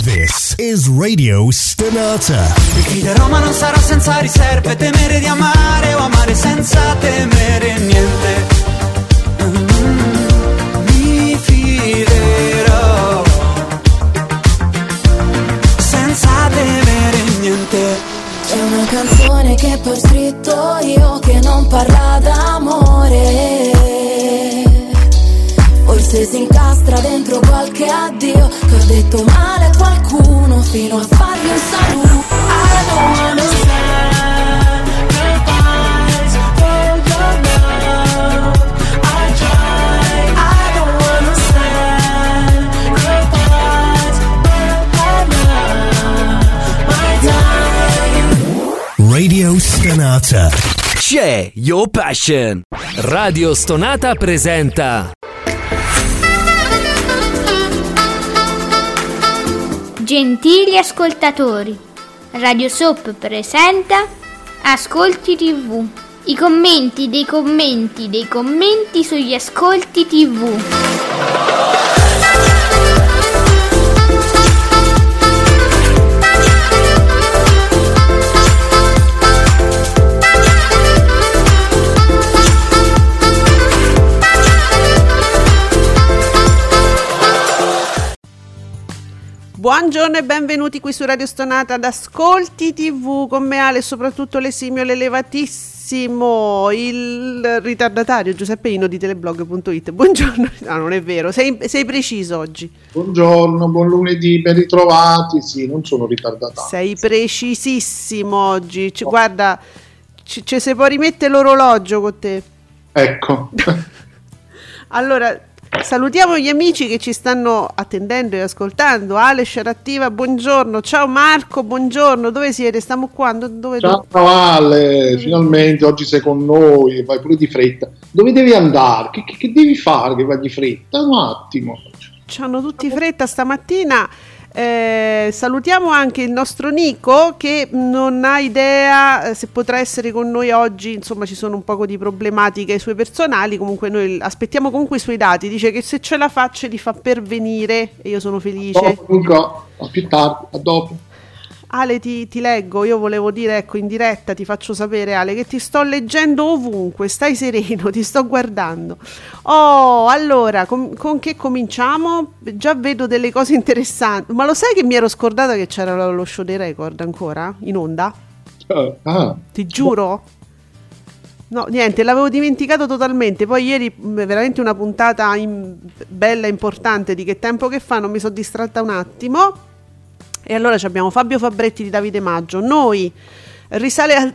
This is Radio Stonata. Il chi da Roma non sarà senza riserve, temere di amare o amare senza temere niente. Mi fiderò senza temere niente. C'è una canzone che poi ho scritto io che non parla d'amore. Forse si incastra dentro qualche addio che ho detto male a qualcuno fino a fargli un saluto. I don't understand goodbyes for your love. I try. I don't understand goodbyes for my time. Radio Stonata. C'è Your Passion. Radio Stonata presenta Gentili ascoltatori, Radio Soap presenta Ascolti TV. I commenti dei commenti dei commenti sugli ascolti TV. Buongiorno e benvenuti qui su Radio Stonata ad Ascolti TV con me Ale e soprattutto l'esimio, l'elevatissimo, il ritardatario Giuseppe Ino di teleblog.it. Buongiorno, no non è vero, sei preciso oggi. Buongiorno, buon lunedì, ben ritrovati, sì non sono ritardatario. Sei precisissimo oggi, guarda, ci si può rimettere l'orologio con te. Ecco. Allora, salutiamo gli amici che ci stanno attendendo e ascoltando. Ale Sciarattiva, buongiorno. Ciao Marco, buongiorno. Dove siete? Stiamo qua? Ciao Ale, finalmente oggi sei con noi, vai pure di fretta. Dove devi andare? Che devi fare che vai di fretta? Un attimo. C'hanno tutti fretta stamattina. Salutiamo anche il nostro Nico che non ha idea se potrà essere con noi oggi, insomma ci sono un po' di problematiche sue personali, comunque noi aspettiamo comunque i suoi dati, dice che se ce la fa ce li fa pervenire e io sono felice. A dopo, Nico, a più tardi, a dopo. Ale ti leggo, io volevo dire, ecco, in diretta ti faccio sapere Ale che ti sto leggendo ovunque, stai sereno, ti sto guardando. Oh, allora, con che cominciamo? Già vedo delle cose interessanti, ma lo sai che mi ero scordata che c'era lo show dei record ancora, in onda? Ti giuro? No, niente, l'avevo dimenticato totalmente, poi ieri veramente una puntata bella, importante di Che tempo che fa, non mi sono distratta un attimo. E allora abbiamo Fabio Fabretti di Davide Maggio, noi risale al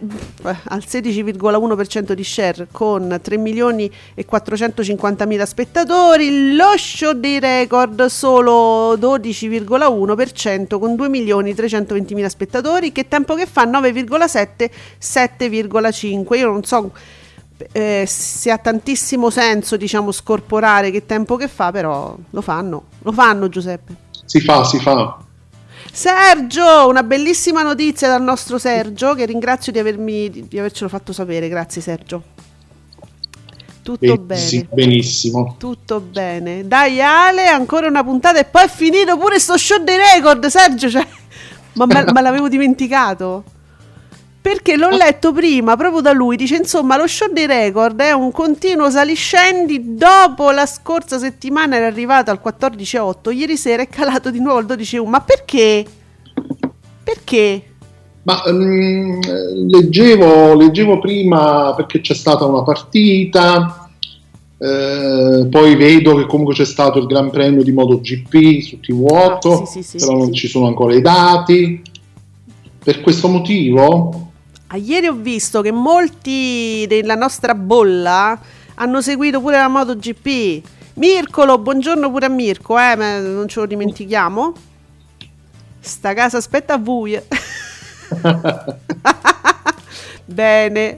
16,1% di share con 3.450.000 spettatori, lo show dei record solo 12,1% con 2.320.000 spettatori, Che tempo che fa 9,7, 7,5, io non so se ha tantissimo senso diciamo scorporare Che tempo che fa, però lo fanno Giuseppe. Si fa. Sergio, una bellissima notizia dal nostro Sergio, che ringrazio di avercelo fatto sapere, grazie Sergio. Tutto bene. Benissimo. Tutto bene. Dai Ale, ancora una puntata e poi è finito pure sto show dei record, Sergio, cioè, ma l'avevo dimenticato. Perché l'ho letto prima proprio da lui, dice insomma lo show dei record è un continuo saliscendi, dopo la scorsa settimana era arrivato al 14,8, ieri sera è calato di nuovo al 12,1, ma perché? Ma leggevo prima perché c'è stata una partita, poi vedo che comunque c'è stato il Gran Premio di MotoGP su TV8, però non ci sono ancora i dati, per questo motivo... Ieri ho visto che molti della nostra bolla hanno seguito pure la MotoGP. Mircolo, buongiorno pure a Mirko, ma non ce lo dimentichiamo. Sta casa aspetta a voi. Bene.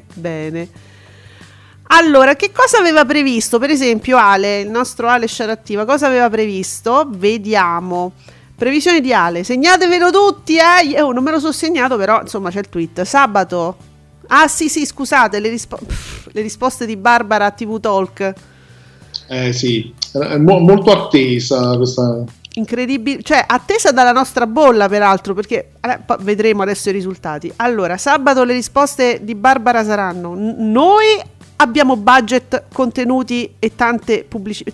Allora, che cosa aveva previsto? Per esempio Ale, il nostro Ale Sciarattiva, cosa aveva previsto? Vediamo. Previsione di Ale, segnatevelo tutti, non me lo so segnato, però insomma c'è il tweet. Sabato, sì, scusate, le risposte di Barbara a TV Talk. Sì, molto attesa questa incredibile, cioè attesa dalla nostra bolla peraltro, perché vedremo adesso i risultati. Allora, sabato le risposte di Barbara saranno: noi abbiamo budget contenuti e tante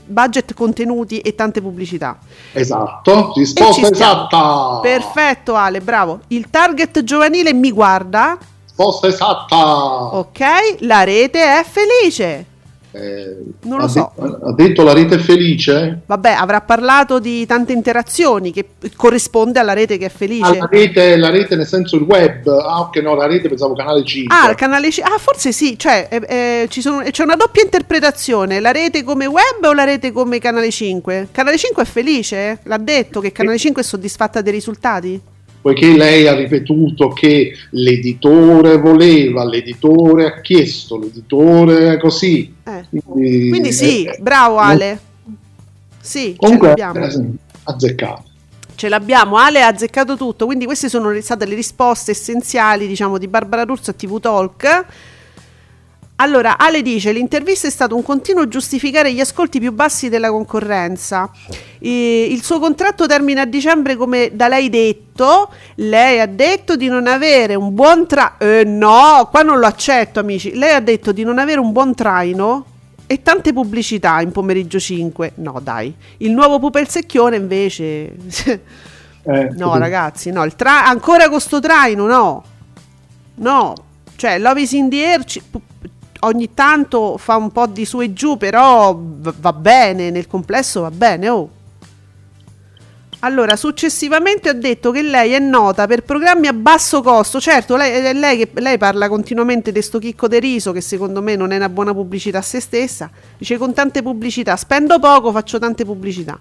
pubblicità. Esatto, risposta esatta. Perfetto Ale, bravo. Il target giovanile mi guarda. Risposta esatta. Ok, la rete è felice. Non lo so. Ha detto la rete è felice? Vabbè, avrà parlato di tante interazioni che corrisponde alla rete che è felice. La rete nel senso il web. Ah, ok, no, la rete pensavo canale 5. Ah, il canale 5. Ah, forse sì, cioè c'è una doppia interpretazione. La rete come web o la rete come canale 5? Canale 5 è felice? L'ha detto che canale 5 è soddisfatta dei risultati? Poiché lei ha ripetuto che l'editore voleva, l'editore ha chiesto, l'editore così. Quindi sì, bravo Ale. Sì, comunque, ce l'abbiamo. Azzeccato. Ce l'abbiamo, Ale ha azzeccato tutto. Quindi queste sono state le risposte essenziali, diciamo, di Barbara D'Urso a TV Talk. Allora, Ale dice: l'intervista è stato un continuo giustificare gli ascolti più bassi della concorrenza. Il suo contratto termina a dicembre, come da lei detto. Lei ha detto di non avere un buon no, qua non lo accetto, amici. Lei ha detto di non avere un buon traino e tante pubblicità in pomeriggio 5. No, dai. Il nuovo Pupa il Secchione invece no, ragazzi, no, ancora con sto traino, no. Cioè, Love is in the air ogni tanto fa un po' di su e giù, però va bene, nel complesso va bene. Allora, successivamente ha detto che lei è nota per programmi a basso costo. Certo, lei parla continuamente di sto chicco de riso, che secondo me non è una buona pubblicità a se stessa. Dice: con tante pubblicità, spendo poco, faccio tante pubblicità.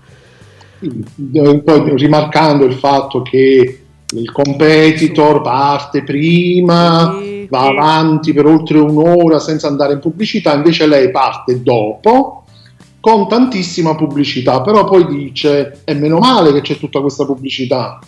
Poi rimarcando il fatto che il competitor parte prima, va avanti per oltre un'ora senza andare in pubblicità, invece lei parte dopo con tantissima pubblicità, però poi dice: è meno male che c'è tutta questa pubblicità.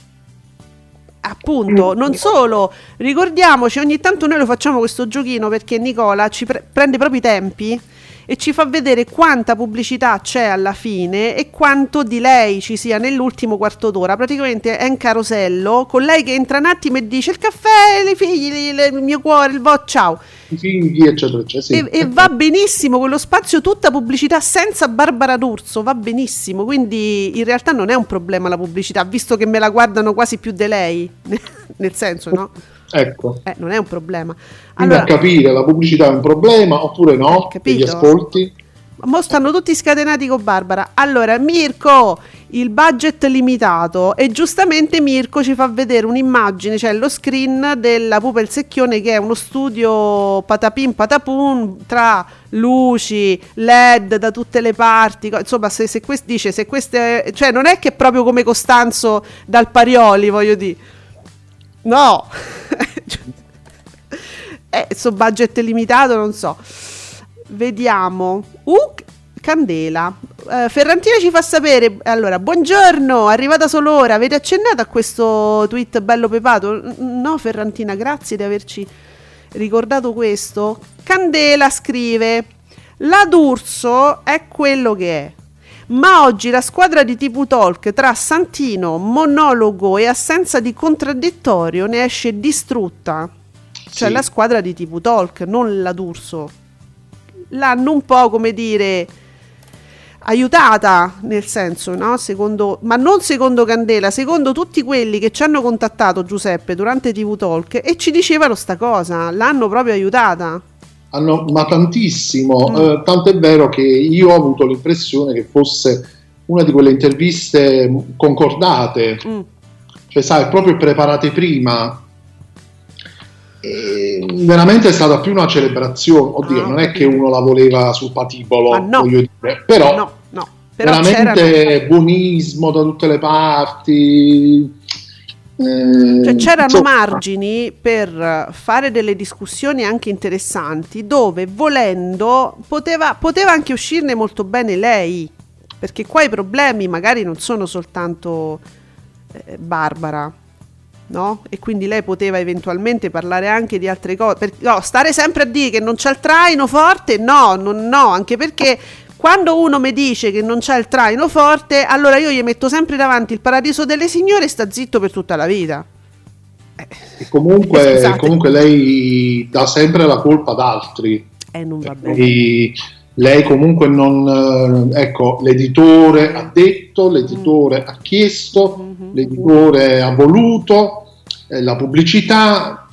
Appunto, non solo, ricordiamoci, ogni tanto noi lo facciamo questo giochino, perché Nicola ci prende proprio i tempi e ci fa vedere quanta pubblicità c'è alla fine e quanto di lei ci sia nell'ultimo quarto d'ora. Praticamente è un carosello con lei che entra un attimo e dice: il caffè, i figli, il mio cuore, il ciao, i figli, eccetera, eccetera, sì. E va benissimo quello spazio, tutta pubblicità senza Barbara D'Urso, va benissimo. Quindi in realtà non è un problema la pubblicità, visto che me la guardano quasi più di lei nel senso, no? Ecco, non è un problema. Allora, a capire, la pubblicità è un problema oppure no? Gli ascolti? Mo stanno tutti scatenati con Barbara. Allora, Mirko, il budget limitato, e giustamente Mirko ci fa vedere un'immagine, cioè lo screen della Pupa il Secchione, che è uno studio patapim patapum, tra luci, LED da tutte le parti. Insomma, se queste, cioè non è che è proprio come Costanzo dal Parioli, voglio dire. No. So budget limitato, non so. Vediamo. Candela. Ferrantina ci fa sapere. Allora, buongiorno, arrivata solo ora. Avete accennato a questo tweet bello pepato? No, Ferrantina, grazie di averci ricordato questo. Candela scrive: la D'Urso è quello che è, ma oggi la squadra di TV Talk, tra Santino, monologo e assenza di contraddittorio, ne esce distrutta. Cioè la squadra di TV Talk, non la D'Urso. L'hanno un po', come dire, aiutata, nel senso, no? Ma non secondo Candela, secondo tutti quelli che ci hanno contattato, Giuseppe, durante TV Talk, e ci dicevano sta cosa, l'hanno proprio aiutata. Ma tantissimo, tanto è vero che io ho avuto l'impressione che fosse una di quelle interviste concordate, cioè sai, proprio preparate prima. E veramente è stata più una celebrazione. Oddio, non è che uno la voleva sul patibolo, no, voglio dire, però veramente buonismo da tutte le parti. Cioè c'erano margini per fare delle discussioni anche interessanti, dove volendo poteva anche uscirne molto bene lei, perché qua i problemi magari non sono soltanto Barbara, no? E quindi lei poteva eventualmente parlare anche di altre cose, stare sempre a dire che non c'è il traino forte, no, anche perché Quando uno mi dice che non c'è il traino forte, allora io gli metto sempre davanti il Paradiso delle Signore e sta zitto per tutta la vita. E comunque lei dà sempre la colpa ad altri. Non va bene. Lei comunque non... ecco, l'editore ha detto, l'editore ha chiesto, l'editore ha voluto, la pubblicità,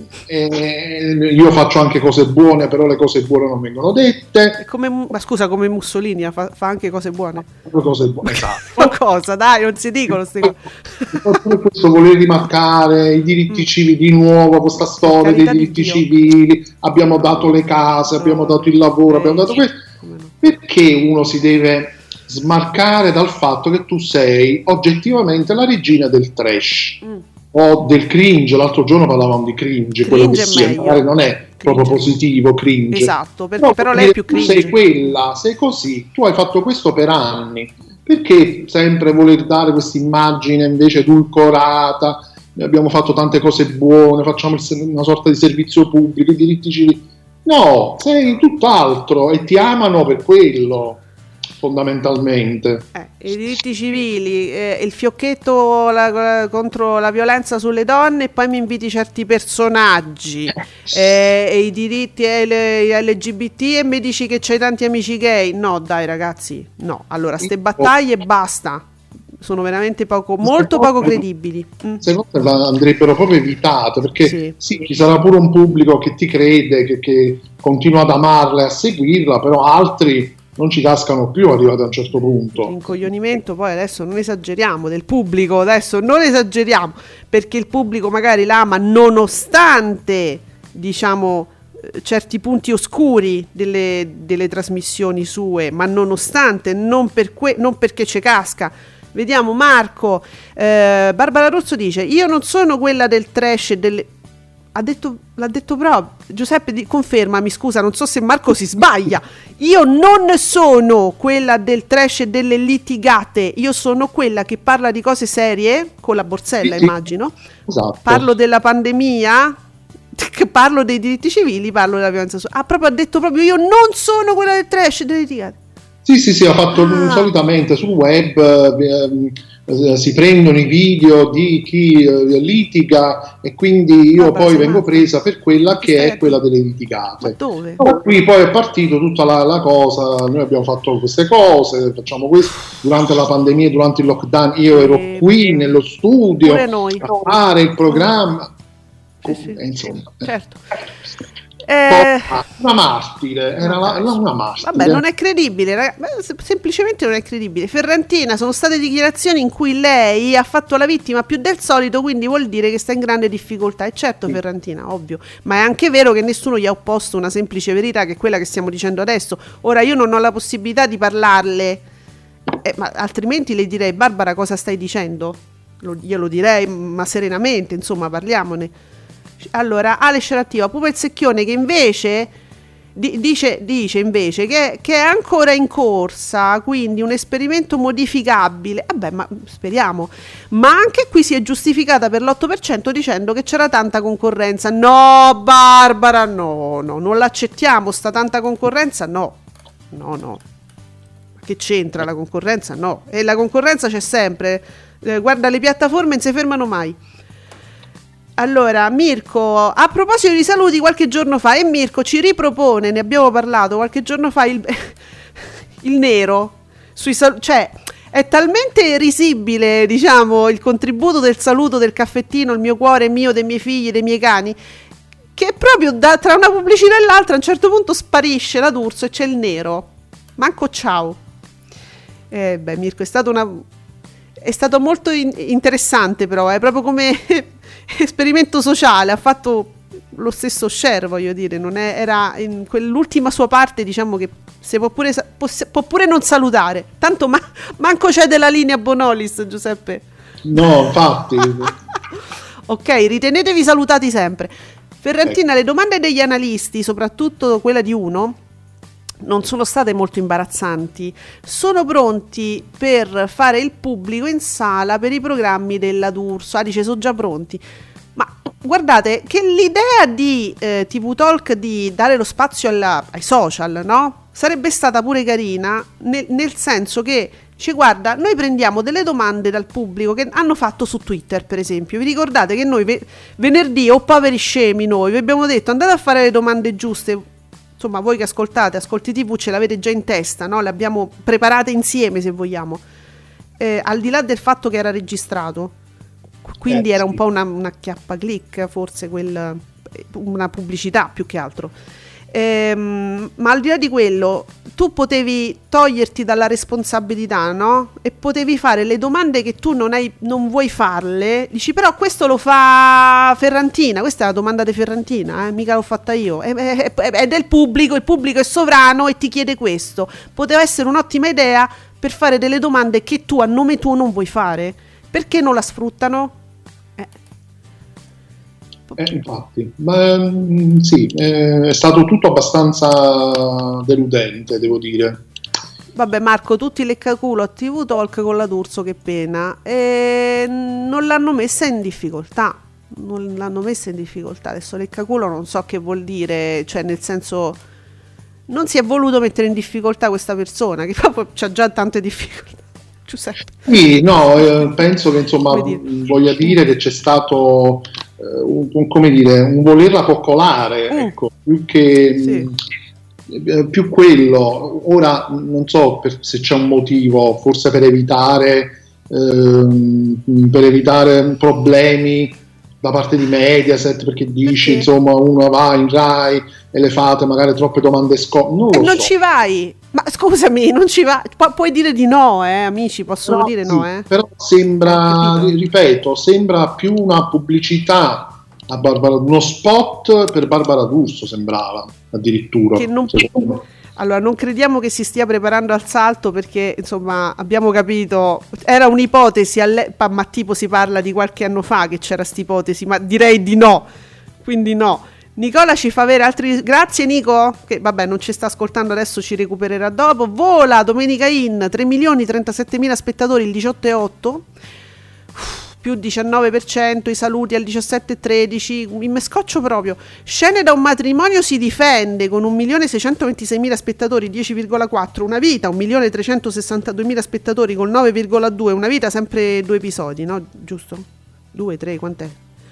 io faccio anche cose buone, però le cose buone non vengono dette. Ma scusa, come Mussolini fa anche cose buone? Cose buone, esatto. Ma cosa? Dai, non si dicono queste cose. Questo voler rimarcare i diritti civili di nuovo, questa storia dei diritti civili, abbiamo dato le case, abbiamo dato il lavoro, abbiamo dato questo. Perché uno si deve smarcare dal fatto che tu sei oggettivamente la regina del trash o del cringe? L'altro giorno parlavamo di cringe quello che sia, magari non è proprio positivo, cringe. Esatto, perché però lei è più cringe. Tu sei quella, sei così, tu hai fatto questo per anni, perché sempre voler dare questa immagine invece edulcorata? Abbiamo fatto tante cose buone, facciamo una sorta di servizio pubblico, i diritti civili. No, sei tutt'altro e ti amano per quello, fondamentalmente. I diritti civili, il fiocchetto contro la violenza sulle donne, e poi mi inviti certi personaggi, e i diritti LGBT e mi dici che c'hai tanti amici gay. No, dai ragazzi, no. Allora, ste battaglie basta. Sono veramente molto poco credibili. Secondo me andrebbero proprio evitate, perché sì, ci sarà pure un pubblico che ti crede, che continua ad amarla e a seguirla, però altri non ci cascano più arrivati a un certo punto. L'incoglionimento, poi adesso non esageriamo, del pubblico, adesso non esageriamo, perché il pubblico magari l'ama nonostante, diciamo, certi punti oscuri delle trasmissioni sue, ma nonostante, non perché ci casca. Vediamo Marco, Barbara Rosso dice: io non sono quella del trash e delle... l'ha detto proprio Giuseppe, confermami, scusa, non so se Marco si sbaglia. Io non sono quella del trash e delle litigate, io sono quella che parla di cose serie, con la borsella immagino. Esatto. Parlo della pandemia, parlo dei diritti civili, parlo della violenza. Ha detto proprio: io non sono quella del trash e delle litigate. Sì, ha fatto solitamente sul web, si prendono i video di chi litiga e quindi io poi vengo presa per quella che è quella delle litigate. Ma dove? Qui poi è partito tutta la cosa, noi abbiamo fatto queste cose, facciamo questo, durante la pandemia, durante il lockdown io ero qui nello studio a fare il programma. Insomma. Certo. Una martire, era una martire. Vabbè, non è credibile, ragazzi, semplicemente non è credibile. Ferrantina, sono state dichiarazioni in cui lei ha fatto la vittima più del solito, quindi vuol dire che sta in grande difficoltà. E certo, Ferrantina, ovvio, ma è anche vero che nessuno gli ha opposto una semplice verità, che è quella che stiamo dicendo adesso. Ora io non ho la possibilità di parlarle, ma altrimenti le direi: Barbara, cosa stai dicendo? Glielo direi, ma serenamente, insomma, parliamone. Allora, Ale Scerattiva, Pupa il Secchione, che invece dice invece che è ancora in corsa, quindi un esperimento modificabile. Vabbè, ma speriamo. Ma anche qui si è giustificata per l'8% dicendo che c'era tanta concorrenza. No, Barbara, no, non l'accettiamo sta tanta concorrenza, no. Che c'entra la concorrenza? No. E la concorrenza c'è sempre. Guarda, le piattaforme non si fermano mai. Allora, Mirko, a proposito di saluti, qualche giorno fa, e Mirko ci ripropone, ne abbiamo parlato qualche giorno fa, il nero, cioè è talmente risibile, diciamo, il contributo del saluto, del caffettino, il mio cuore, mio, dei miei figli, dei miei cani, che proprio tra una pubblicità e l'altra a un certo punto sparisce la D'Urso e c'è il nero. Manco ciao. Mirko, è stato molto interessante, però è proprio come esperimento sociale, ha fatto lo stesso share, voglio dire, non era in quell'ultima sua parte, diciamo, che se può pure non salutare, tanto manco c'è della linea Bonolis, Giuseppe. No, infatti. Ok, ritenetevi salutati sempre. Ferrantina, le domande degli analisti, soprattutto quella di uno, non sono state molto imbarazzanti. Sono pronti per fare il pubblico in sala per i programmi della D'Urso. Dice, sono già pronti. Ma guardate che l'idea di TV Talk di dare lo spazio ai social, no? sarebbe stata pure carina, nel senso che guarda, noi prendiamo delle domande dal pubblico che hanno fatto su Twitter, per esempio. Vi ricordate che noi venerdì, poveri scemi noi, vi abbiamo detto andate a fare le domande giuste. Insomma, voi che ascoltate, Ascolti TV, ce l'avete già in testa, no? Le abbiamo preparate insieme, se vogliamo, al di là del fatto che era registrato, quindi era un po' una chiappa click, forse una pubblicità più che altro. Ma al di là di quello, tu potevi toglierti dalla responsabilità, no? E potevi fare le domande che tu non vuoi farle. Dici, però questo lo fa Ferrantina, questa è la domanda di Ferrantina, mica l'ho fatta io, è del pubblico, il pubblico è sovrano e ti chiede questo. Poteva essere un'ottima idea per fare delle domande che tu a nome tuo non vuoi fare. Perché non la sfruttano? Infatti, ma sì, è stato tutto abbastanza deludente, devo dire. Vabbè, Marco, tutti leccaculo a TV Talk con la D'Urso, che pena. Non l'hanno messa in difficoltà. Adesso leccaculo non so che vuol dire, cioè nel senso, non si è voluto mettere in difficoltà questa persona che proprio c'ha già tante difficoltà. Giuseppe. Sì, no, penso che insomma voglia dire che c'è stato un volerla coccolare, ecco, più quello. Ora non so se c'è un motivo, forse per evitare problemi da parte di Mediaset, perché dici insomma uno va in Rai e le fate magari troppe domande non ci vai. Ma scusami, non ci va. Puoi dire di no, amici, possono dire sì, no, Però sembra, ripeto, sembra più una pubblicità a uno spot per Barbara D'Urso, sembrava addirittura. Allora, non crediamo che si stia preparando al salto, perché insomma abbiamo capito, era un'ipotesi, ma tipo si parla di qualche anno fa che c'era st'ipotesi, ma direi di no, quindi no. Nicola ci fa avere altri... Grazie Nico, che vabbè non ci sta ascoltando adesso, ci recupererà dopo. Vola Domenica In, 3.037.000 spettatori il 18,8, più 19%, i saluti al 17,13, mi scoccio proprio. Scene da un matrimonio si difende con 1.626.000 spettatori, 10,4, Una vita, 1.362.000 spettatori col 9,2, Una vita sempre 2 episodi, no? Giusto? 2, 3, quant'è?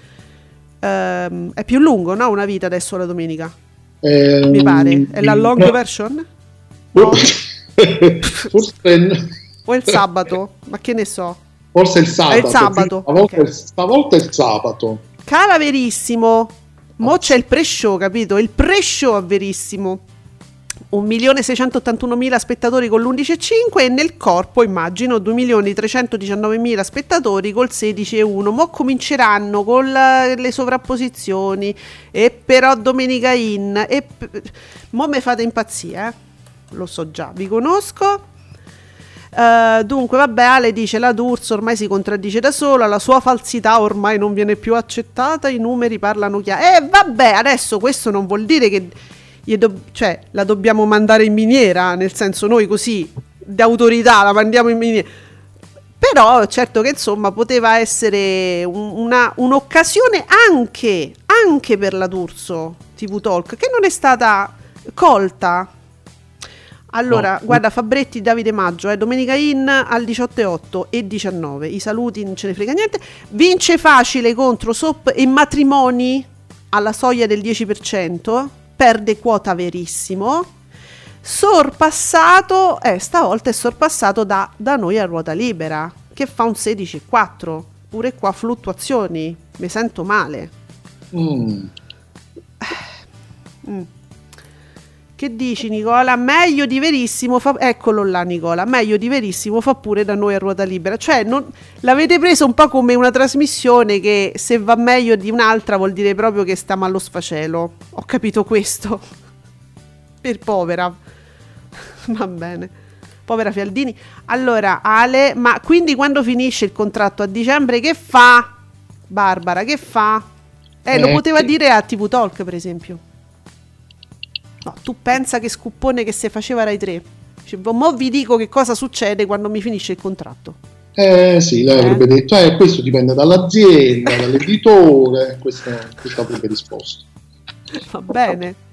È più lungo, no? Una vita adesso la domenica, mi pare. È la long version? No? Forse o il sabato? Ma che ne so. Forse il sabato. È il sabato. Stavolta è il sabato. Cara Verissimo, mo c'è il pre-show, capito? Il pre-show a Verissimo. 1.681.000 spettatori con l'11,5 e nel corpo immagino 2.319.000 spettatori col 16,1. Mo cominceranno con le sovrapposizioni, e però Domenica In mo me fate impazzire, lo so già, vi conosco. Dunque vabbè, Ale dice la D'Urso ormai si contraddice da sola, la sua falsità ormai non viene più accettata, i numeri parlano chiaro. Vabbè, adesso questo non vuol dire che cioè la dobbiamo mandare in miniera, nel senso, noi così d'autorità la mandiamo in miniera, però certo che insomma poteva essere un'occasione anche per la D'Urso TV Talk, che non è stata colta. Allora, no. Guarda, Fabretti, Davide Maggio, Domenica In al 18,8 e 19, i saluti, non ce ne frega niente. Vince facile contro Soap e Matrimoni alla soglia del 10%, perde quota Verissimo, sorpassato, stavolta è sorpassato da Noi a Ruota Libera, che fa un 16,4, pure qua fluttuazioni, mi sento male. Che dici Nicola? Meglio di Verissimo eccolo là Nicola, meglio di Verissimo fa pure Da Noi a Ruota Libera, cioè l'avete preso un po' come una trasmissione che se va meglio di un'altra vuol dire proprio che stiamo allo sfacelo, ho capito questo. Per povera, va bene, povera Fialdini. Allora Ale, ma quindi quando finisce il contratto a dicembre che fa? Barbara, che fa? Lo poteva dire a TV Talk per esempio. No, tu pensa che scuppone che se faceva Rai 3. Cioè, mo vi dico che cosa succede quando mi finisce il contratto. Sì, lei avrebbe detto, questo dipende dall'azienda, dall'editore, questa avrebbe risposto. Va bene.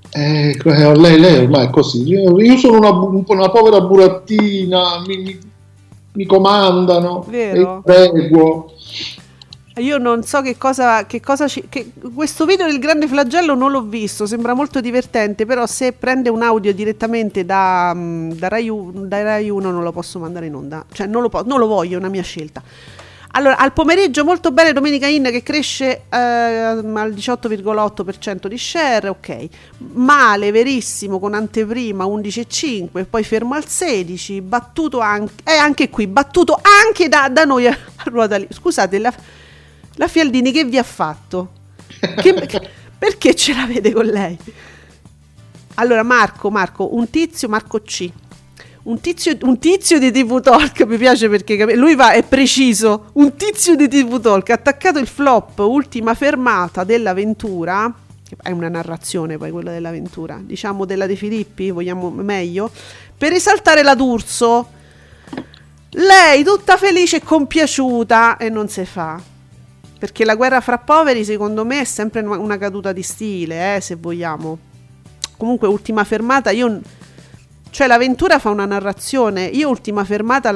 Lei ormai è così. Io sono una povera burattina, mi comandano, vero? E prego. Io non so che cosa questo video del grande flagello non l'ho visto, sembra molto divertente, però se prende un audio direttamente da Rai 1 non lo posso mandare in onda, cioè non lo voglio, è una mia scelta. Allora, al pomeriggio molto bene Domenica In che cresce al 18,8% di share, ok. Male, verissimo, con anteprima 11,5, poi fermo al 16, battuto anche qui, battuto anche da noi a ruota libera. Scusate, la Fialdini che vi ha fatto? Perché ce l'avete con lei? Allora Marco C. Un tizio di TV Talk, mi piace perché lui è preciso. Un tizio di TV Talk ha attaccato il flop ultima fermata dell'avventura, che è una narrazione poi quella dell'avventura, diciamo della De Filippi, vogliamo meglio, per esaltare la D'Urso. Lei tutta felice e compiaciuta, e non si fa. Perché la guerra fra poveri secondo me è sempre una caduta di stile, se vogliamo. Comunque ultima fermata, cioè l'avventura fa una narrazione, io ultima fermata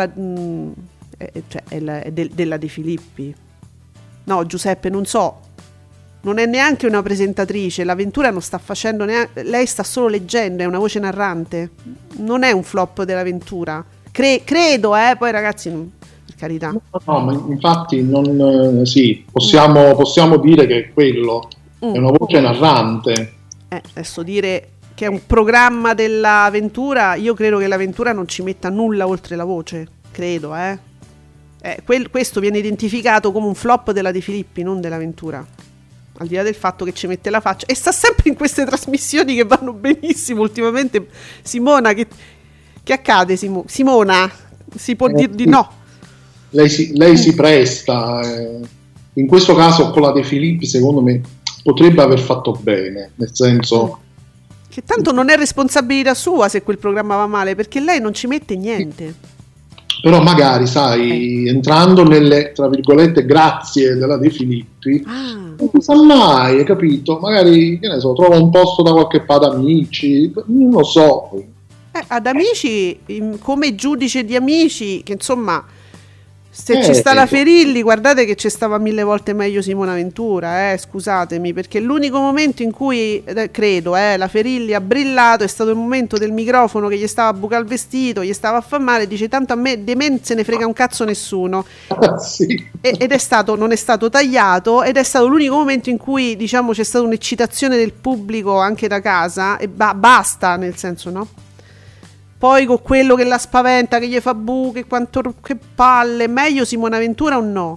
è della De Filippi. No, Giuseppe, non so, non è neanche una presentatrice, l'avventura non sta facendo neanche, lei sta solo leggendo, è una voce narrante, non è un flop dell'avventura. Credo, poi ragazzi, per carità. No, ma infatti sì, possiamo dire che quello è una voce narrante. Adesso dire che è un programma dell'avventura, io credo che l'avventura non ci metta nulla oltre la voce, credo, questo viene identificato come un flop della De Filippi, non dell'avventura, al di là del fatto che ci mette la faccia e sta sempre in queste trasmissioni che vanno benissimo ultimamente. Simona, che accade? Simona, si può dire di no? Lei si presta, in questo caso con la De Filippi secondo me potrebbe aver fatto bene, nel senso che tanto non è responsabilità sua se quel programma va male, perché lei non ci mette niente. Però magari, sai, entrando nelle, tra virgolette, grazie della De Filippi, non si sa mai, hai capito? Magari, che ne so, trova un posto da qualche parte Amici, non lo so. Ad Amici, come giudice di Amici, che insomma, se ci sta la Ferilli, guardate che ci stava 1000 volte meglio Simona Ventura, scusatemi, perché l'unico momento in cui credo la Ferilli ha brillato è stato il momento del microfono che gli stava a bucare il vestito, gli stava a far male, dice tanto a me de me se ne frega un cazzo nessuno. Sì. Ed non è stato tagliato, ed è stato l'unico momento in cui, diciamo, c'è stata un'eccitazione del pubblico anche da casa e basta, nel senso, no? Poi con quello che la spaventa, che gli fa buche, che palle, meglio Simona Ventura o no?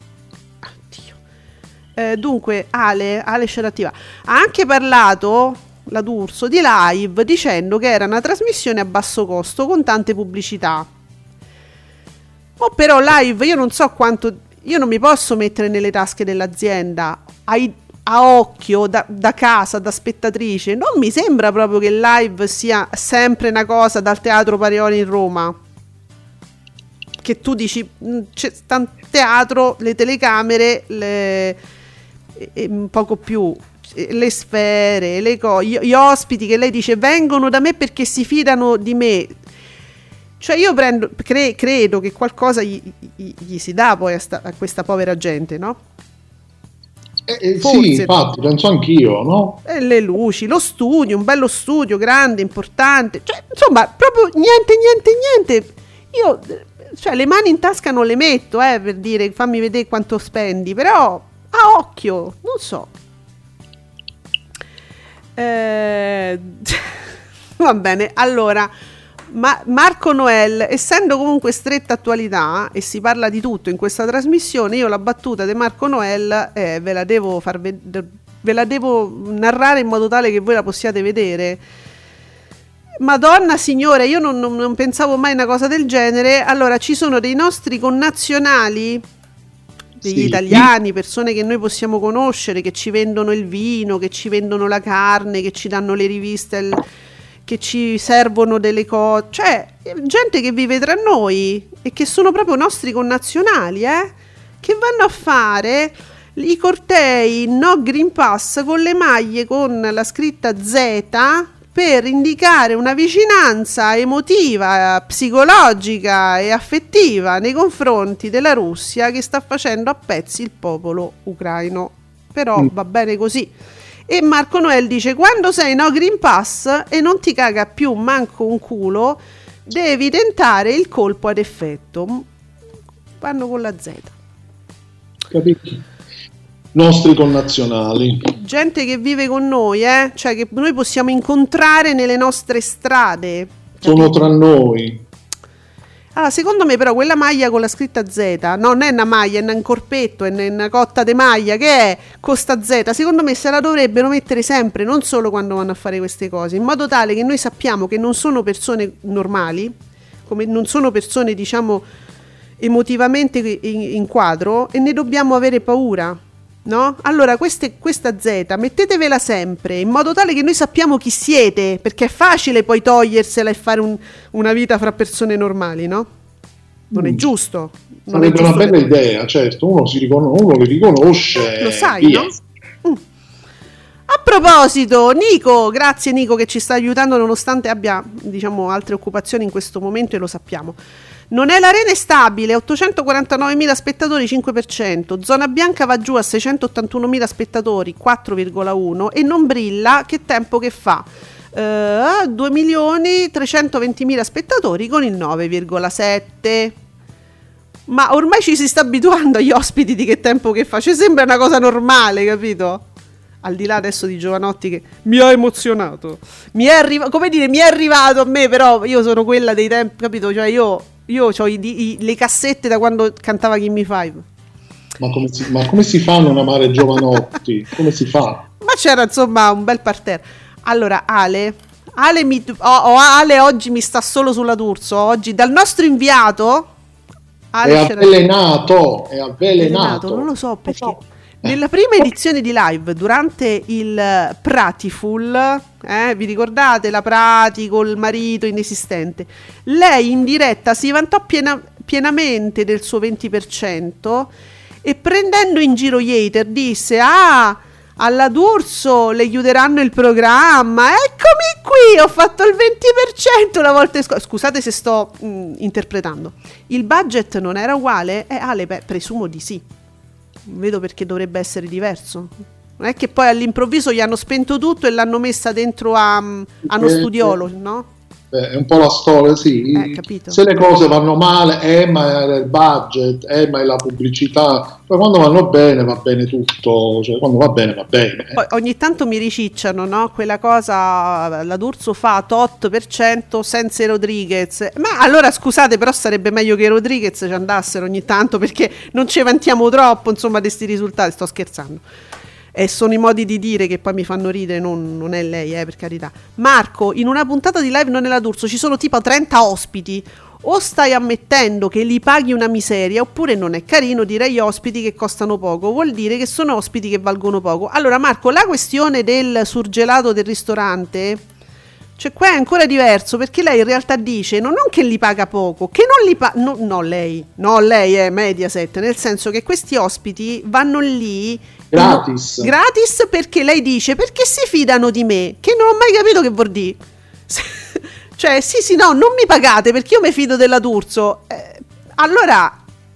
Oddio. Dunque Ale Sciarattiva ha anche parlato, la D'Urso, di live, dicendo che era una trasmissione a basso costo con tante pubblicità. Però live io non so quanto, io non mi posso mettere nelle tasche dell'azienda a occhio, da casa, da spettatrice, non mi sembra proprio che il live sia sempre una cosa dal Teatro Parioli in Roma, che tu dici c'è tanto teatro, le telecamere, poco più, le sfere, gli ospiti che lei dice vengono da me perché si fidano di me. Cioè io credo che qualcosa gli si dà poi a questa povera gente, no? Sì, infatti, penso anch'io, no? Le luci, lo studio, un bello studio grande, importante, cioè, insomma, proprio niente. Io, cioè, le mani in tasca non le metto, per dire fammi vedere quanto spendi, però a occhio, non so. Va bene, allora, Marco Noel, essendo comunque stretta attualità e si parla di tutto in questa trasmissione, io la battuta di Marco Noel ve la devo narrare in modo tale che voi la possiate vedere. Madonna signore, io non pensavo mai una cosa del genere. Allora, ci sono dei nostri connazionali, degli italiani, persone che noi possiamo conoscere, che ci vendono il vino, che ci vendono la carne, che ci danno le riviste, che ci servono delle cose, cioè gente che vive tra noi e che sono proprio nostri connazionali, che vanno a fare i cortei no Green Pass con le maglie con la scritta Z per indicare una vicinanza emotiva, psicologica e affettiva nei confronti della Russia che sta facendo a pezzi il popolo ucraino. Però va bene così. E Marco Noel dice: quando sei no Green Pass e non ti caga più manco un culo, devi tentare il colpo ad effetto. Vanno con la Z. Capito? Nostri connazionali, gente che vive con noi, cioè che noi possiamo incontrare nelle nostre strade, sono tra noi. Allora, secondo me però quella maglia con la scritta Z non è una maglia, è un corpetto, è una cotta di maglia che è costa Z. Secondo me se la dovrebbero mettere sempre, non solo quando vanno a fare queste cose, in modo tale che noi sappiamo che non sono persone normali, come non sono persone, diciamo, emotivamente in quadro, e ne dobbiamo avere paura, no? Allora questa Z mettetevela sempre in modo tale che noi sappiamo chi siete, perché è facile poi togliersela e fare una vita fra persone normali, no? Non è giusto. Sarebbe una bella idea, certo, uno li riconosce, lo sai, via. No? A proposito, Nico, grazie Nico che ci sta aiutando nonostante abbia, diciamo, altre occupazioni in questo momento, e lo sappiamo. Non è l'arena stabile, 849.000 spettatori, 5%, zona bianca va giù a 681.000 spettatori, 4,1%, e non brilla, che tempo che fa? 2.320.000 spettatori con il 9,7%. Ma ormai ci si sta abituando agli ospiti di che tempo che fa, ci sembra una cosa normale, capito? Al di là adesso di Giovanotti che mi ha emozionato, mi è arrivato a me, però io sono quella dei tempi, capito? Cioè io ho le cassette da quando cantava Gimme Five. Ma come si fa a non amare Giovanotti? Come si fa? Ma c'era insomma un bel parterre. Allora Ale oggi mi sta solo sulla D'Urso. Oggi dal nostro inviato Ale è avvelenato. Non lo so perché. Nella prima edizione di live, durante il Pratiful, vi ricordate la Prati col marito inesistente, lei in diretta si vantò pienamente del suo 20% e prendendo in giro gli hater disse: alla D'Urso le chiuderanno il programma, eccomi qui, ho fatto il 20% la volta scusate se sto interpretando, il budget non era uguale? Ale, presumo di sì. Vedo perché dovrebbe essere diverso. Non è che poi all'improvviso gli hanno spento tutto e l'hanno messa dentro a uno studiolo, no? È un po' la storia, sì. Capito. Se le cose vanno male, ma è il budget, ma è la pubblicità. Poi quando vanno bene va bene tutto, cioè quando va bene. Poi ogni tanto mi ricicciano, no? Quella cosa, la D'Urso fa tot % senza Rodriguez. Ma allora scusate, però sarebbe meglio che Rodriguez ci andassero ogni tanto, perché non ci vantiamo troppo, insomma, di questi risultati. Sto scherzando. E sono i modi di dire che poi mi fanno ridere, non è lei, per carità. Marco, in una puntata di live non è la D'Urso, ci sono tipo 30 ospiti. O stai ammettendo che li paghi una miseria, oppure non è carino dire agli ospiti che costano poco, vuol dire che sono ospiti che valgono poco. Allora Marco, la questione del surgelato del ristorante, cioè qua è ancora diverso, perché lei in realtà dice non che li paga poco, che non li paga, lei è Mediaset, nel senso che questi ospiti vanno lì gratis, perché lei dice perché si fidano di me, che non ho mai capito che vuol dire. Cioè sì no, non mi pagate perché io mi fido della D'Urso, allora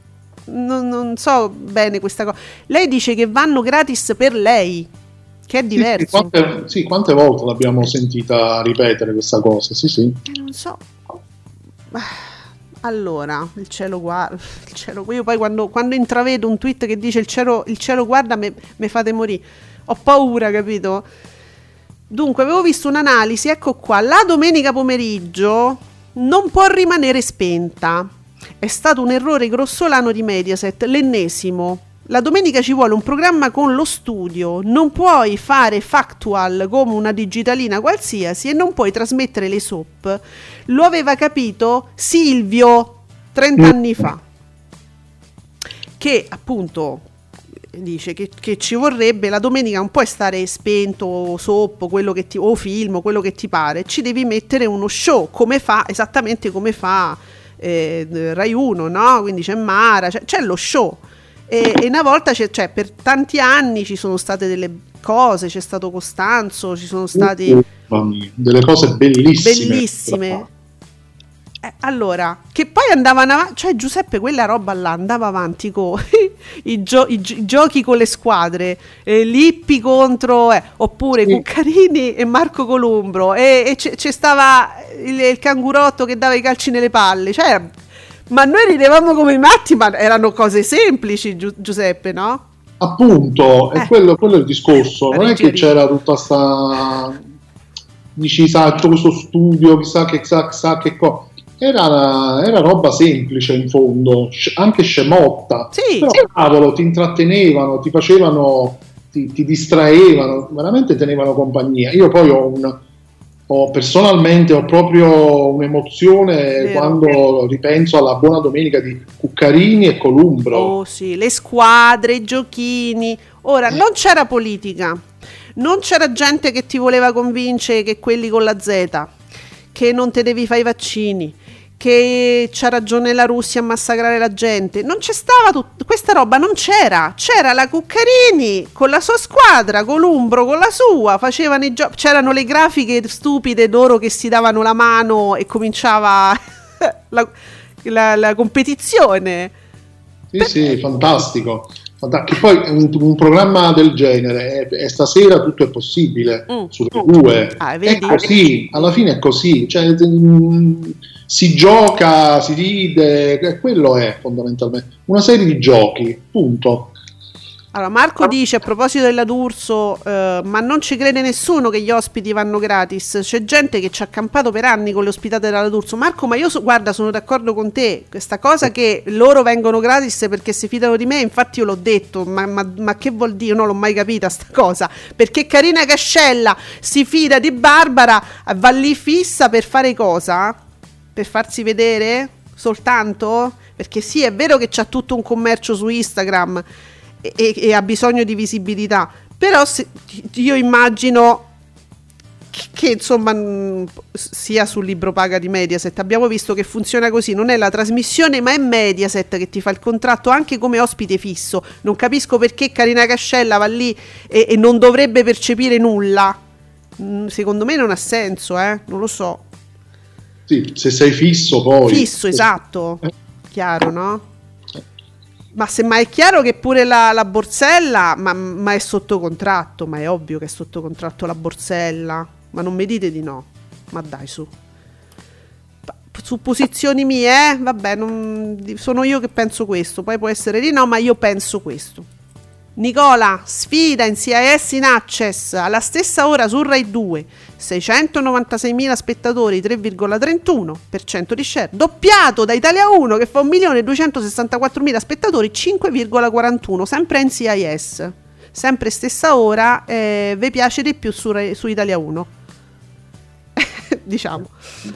non so bene questa cosa. Lei dice che vanno gratis per lei, che è diverso. Quante volte l'abbiamo sentita ripetere questa cosa? Sì. Non so. Allora, il cielo guarda. Io poi quando intravedo un tweet che dice il cielo guarda, me fate morire. Ho paura, capito? Dunque, avevo visto un'analisi, ecco qua. La domenica pomeriggio non può rimanere spenta. È stato un errore grossolano di Mediaset, l'ennesimo. La domenica ci vuole un programma con lo studio, non puoi fare factual come una digitalina qualsiasi e non puoi trasmettere le soap. Lo aveva capito Silvio 30 anni fa, che appunto dice che ci vorrebbe la domenica, non puoi stare spento soap, o film, quello che ti pare, ci devi mettere uno show, esattamente come fa Rai 1, no? Quindi c'è Mara, c'è lo show. e una volta cioè per tanti anni ci sono state delle cose, c'è stato Costanzo, ci sono stati delle cose bellissime. Allora, che poi andavano avanti, cioè Giuseppe, quella roba là andava avanti con i giochi con le squadre, Lippi contro oppure Cuccarini e Marco Columbro, e c'è stava il cangurotto che dava i calci nelle palle, cioè, ma noi ridevamo come i matti, ma erano cose semplici, Giuseppe, no? Appunto, è quello è il discorso, non è che c'era tutta sta tutto questo studio, chissà che cosa. Era roba semplice in fondo, anche scemotta, però cavolo, ti intrattenevano, ti facevano, ti distraevano, veramente tenevano compagnia. Io poi personalmente ho proprio un'emozione quando ripenso alla buona domenica di Cuccarini e Columbro. Oh sì, le squadre, i giochini. Ora, non c'era politica, non c'era gente che ti voleva convincere che quelli con la Z, che non te devi fare i vaccini, che c'ha ragione la Russia a massacrare la gente. Non c'è stava questa roba, non c'era la Cuccarini con la sua squadra, Columbro con la sua, facevano c'erano le grafiche stupide loro che si davano la mano e cominciava la competizione. Sì, fantastico. Che poi un programma del genere è stasera tutto è possibile sulle 2, è così, alla fine è così, cioè, si gioca, si ride, quello è fondamentalmente una serie di giochi, punto. Allora Marco dice a proposito della D'Urso, ma non ci crede nessuno che gli ospiti vanno gratis, c'è gente che ci ha accampato per anni con le ospitate della D'Urso. Marco, ma io guarda, sono d'accordo con te, questa cosa che loro vengono gratis perché si fidano di me, infatti io l'ho detto, ma che vuol dire? Non l'ho mai capita sta cosa, perché Carina Cascella si fida di Barbara, va lì fissa per fare cosa? Per farsi vedere? Soltanto? Perché sì, è vero che c'ha tutto un commercio su Instagram e ha bisogno di visibilità, però io immagino che insomma sia sul libro paga di Mediaset, abbiamo visto che funziona così, non è la trasmissione ma è Mediaset che ti fa il contratto anche come ospite fisso. Non capisco perché Carina Cascella va lì e non dovrebbe percepire nulla, secondo me non ha senso, non lo so. Sì, se sei fisso poi fisso, esatto, chiaro, no? Ma semmai è chiaro che pure la Borsella, ma è sotto contratto, ma è ovvio che è sotto contratto la Borsella, ma non mi dite di no, ma dai su supposizioni mie, vabbè, sono io che penso questo, poi può essere di no, ma io penso questo. Nicola, sfida in CIS in Access alla stessa ora su Rai 2, 696.000 spettatori, 3,31% di share, doppiato da Italia 1 che fa 1.264.000 spettatori, 5,41%, sempre in CIS, sempre stessa ora. Vi piace di più su Italia 1? Diciamo.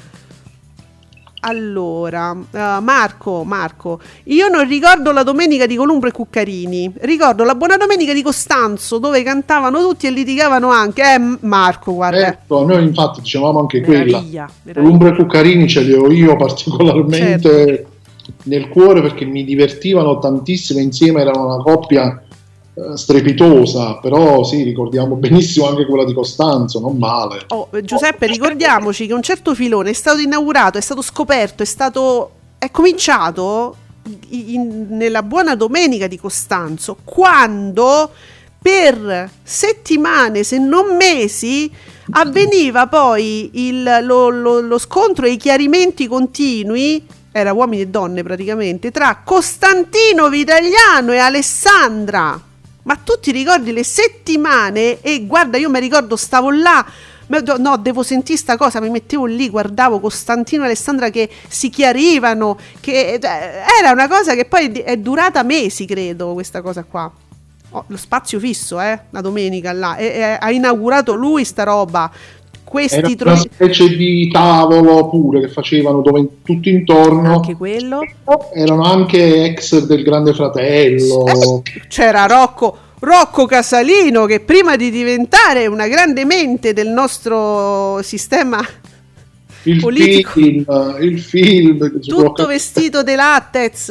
Allora, Marco, io non ricordo la domenica di Columbro e Cuccarini, ricordo la buona domenica di Costanzo dove cantavano tutti e litigavano anche, Marco, guarda. Ecco, noi infatti dicevamo anche quella. Columbro e Cuccarini ce li ho io particolarmente nel cuore perché mi divertivano tantissimo insieme, erano una coppia strepitosa, però sì, ricordiamo benissimo anche quella di Costanzo, non male. Giuseppe, ricordiamoci che un certo filone è stato inaugurato, è stato scoperto, è cominciato nella buona domenica di Costanzo, quando per settimane, se non mesi, avveniva poi lo scontro e i chiarimenti continui, era uomini e donne praticamente, tra Costantino Vitagliano e Alessandra. Ma tu ti ricordi le settimane? E guarda, io mi ricordo, stavo là, no, devo sentire sta cosa, mi mettevo lì, guardavo Costantino e Alessandra che si chiarivano, che era una cosa che poi è durata mesi, credo, questa cosa qua. Lo spazio fisso, la domenica là, ha inaugurato lui sta roba. Era una specie di tavolo pure che facevano dove tutti intorno, anche quello, erano anche ex del Grande Fratello, c'era Rocco Casalino che prima di diventare una grande mente del nostro sistema il politico, film tutto vestito di latex,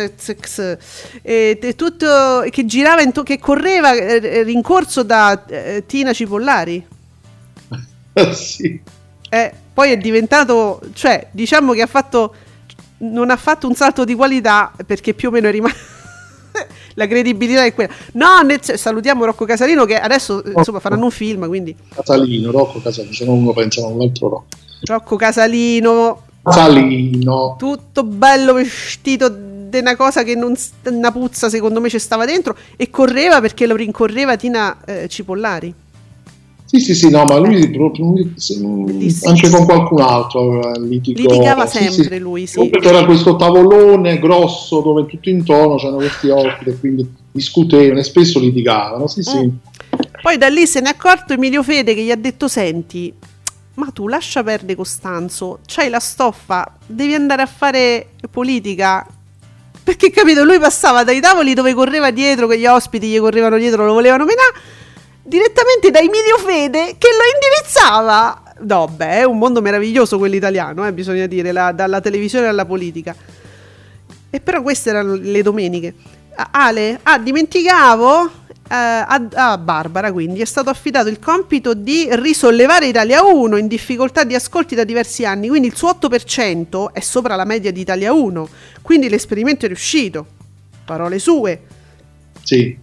e tutto che girava che correva rincorso da Tina Cipollari. Sì. Poi è diventato, cioè diciamo che non ha fatto un salto di qualità, perché più o meno è rimasto la credibilità è quella. Salutiamo Rocco Casalino, che adesso insomma faranno un film, quindi Rocco Casalino, se no uno pensa a un altro Rocco Casalino, tutto bello vestito di una cosa che non, una puzza secondo me ci stava dentro, e correva perché lo rincorreva Tina Cipollari. Sì, no, ma lui proprio anche con qualcun altro litigava sempre, lui, sì. C'era questo tavolone grosso dove tutto intorno c'erano questi ospiti e quindi discutevano e spesso litigavano, sì. Poi da lì se ne è accorto Emilio Fede, che gli ha detto: senti, ma tu lascia perdere Costanzo, c'hai la stoffa, devi andare a fare politica. Perché, capito, lui passava dai tavoli dove correva dietro, che gli ospiti gli correvano dietro, lo volevano menare, direttamente da Emilio Fede che lo indirizzava. No, è un mondo meraviglioso quello italiano, bisogna dire, dalla televisione alla politica. E però queste erano le domeniche. Ale, dimenticavo, a Barbara quindi è stato affidato il compito di risollevare Italia 1 in difficoltà di ascolti da diversi anni, quindi il suo 8% è sopra la media di Italia 1, quindi l'esperimento è riuscito. Parole sue. Sì.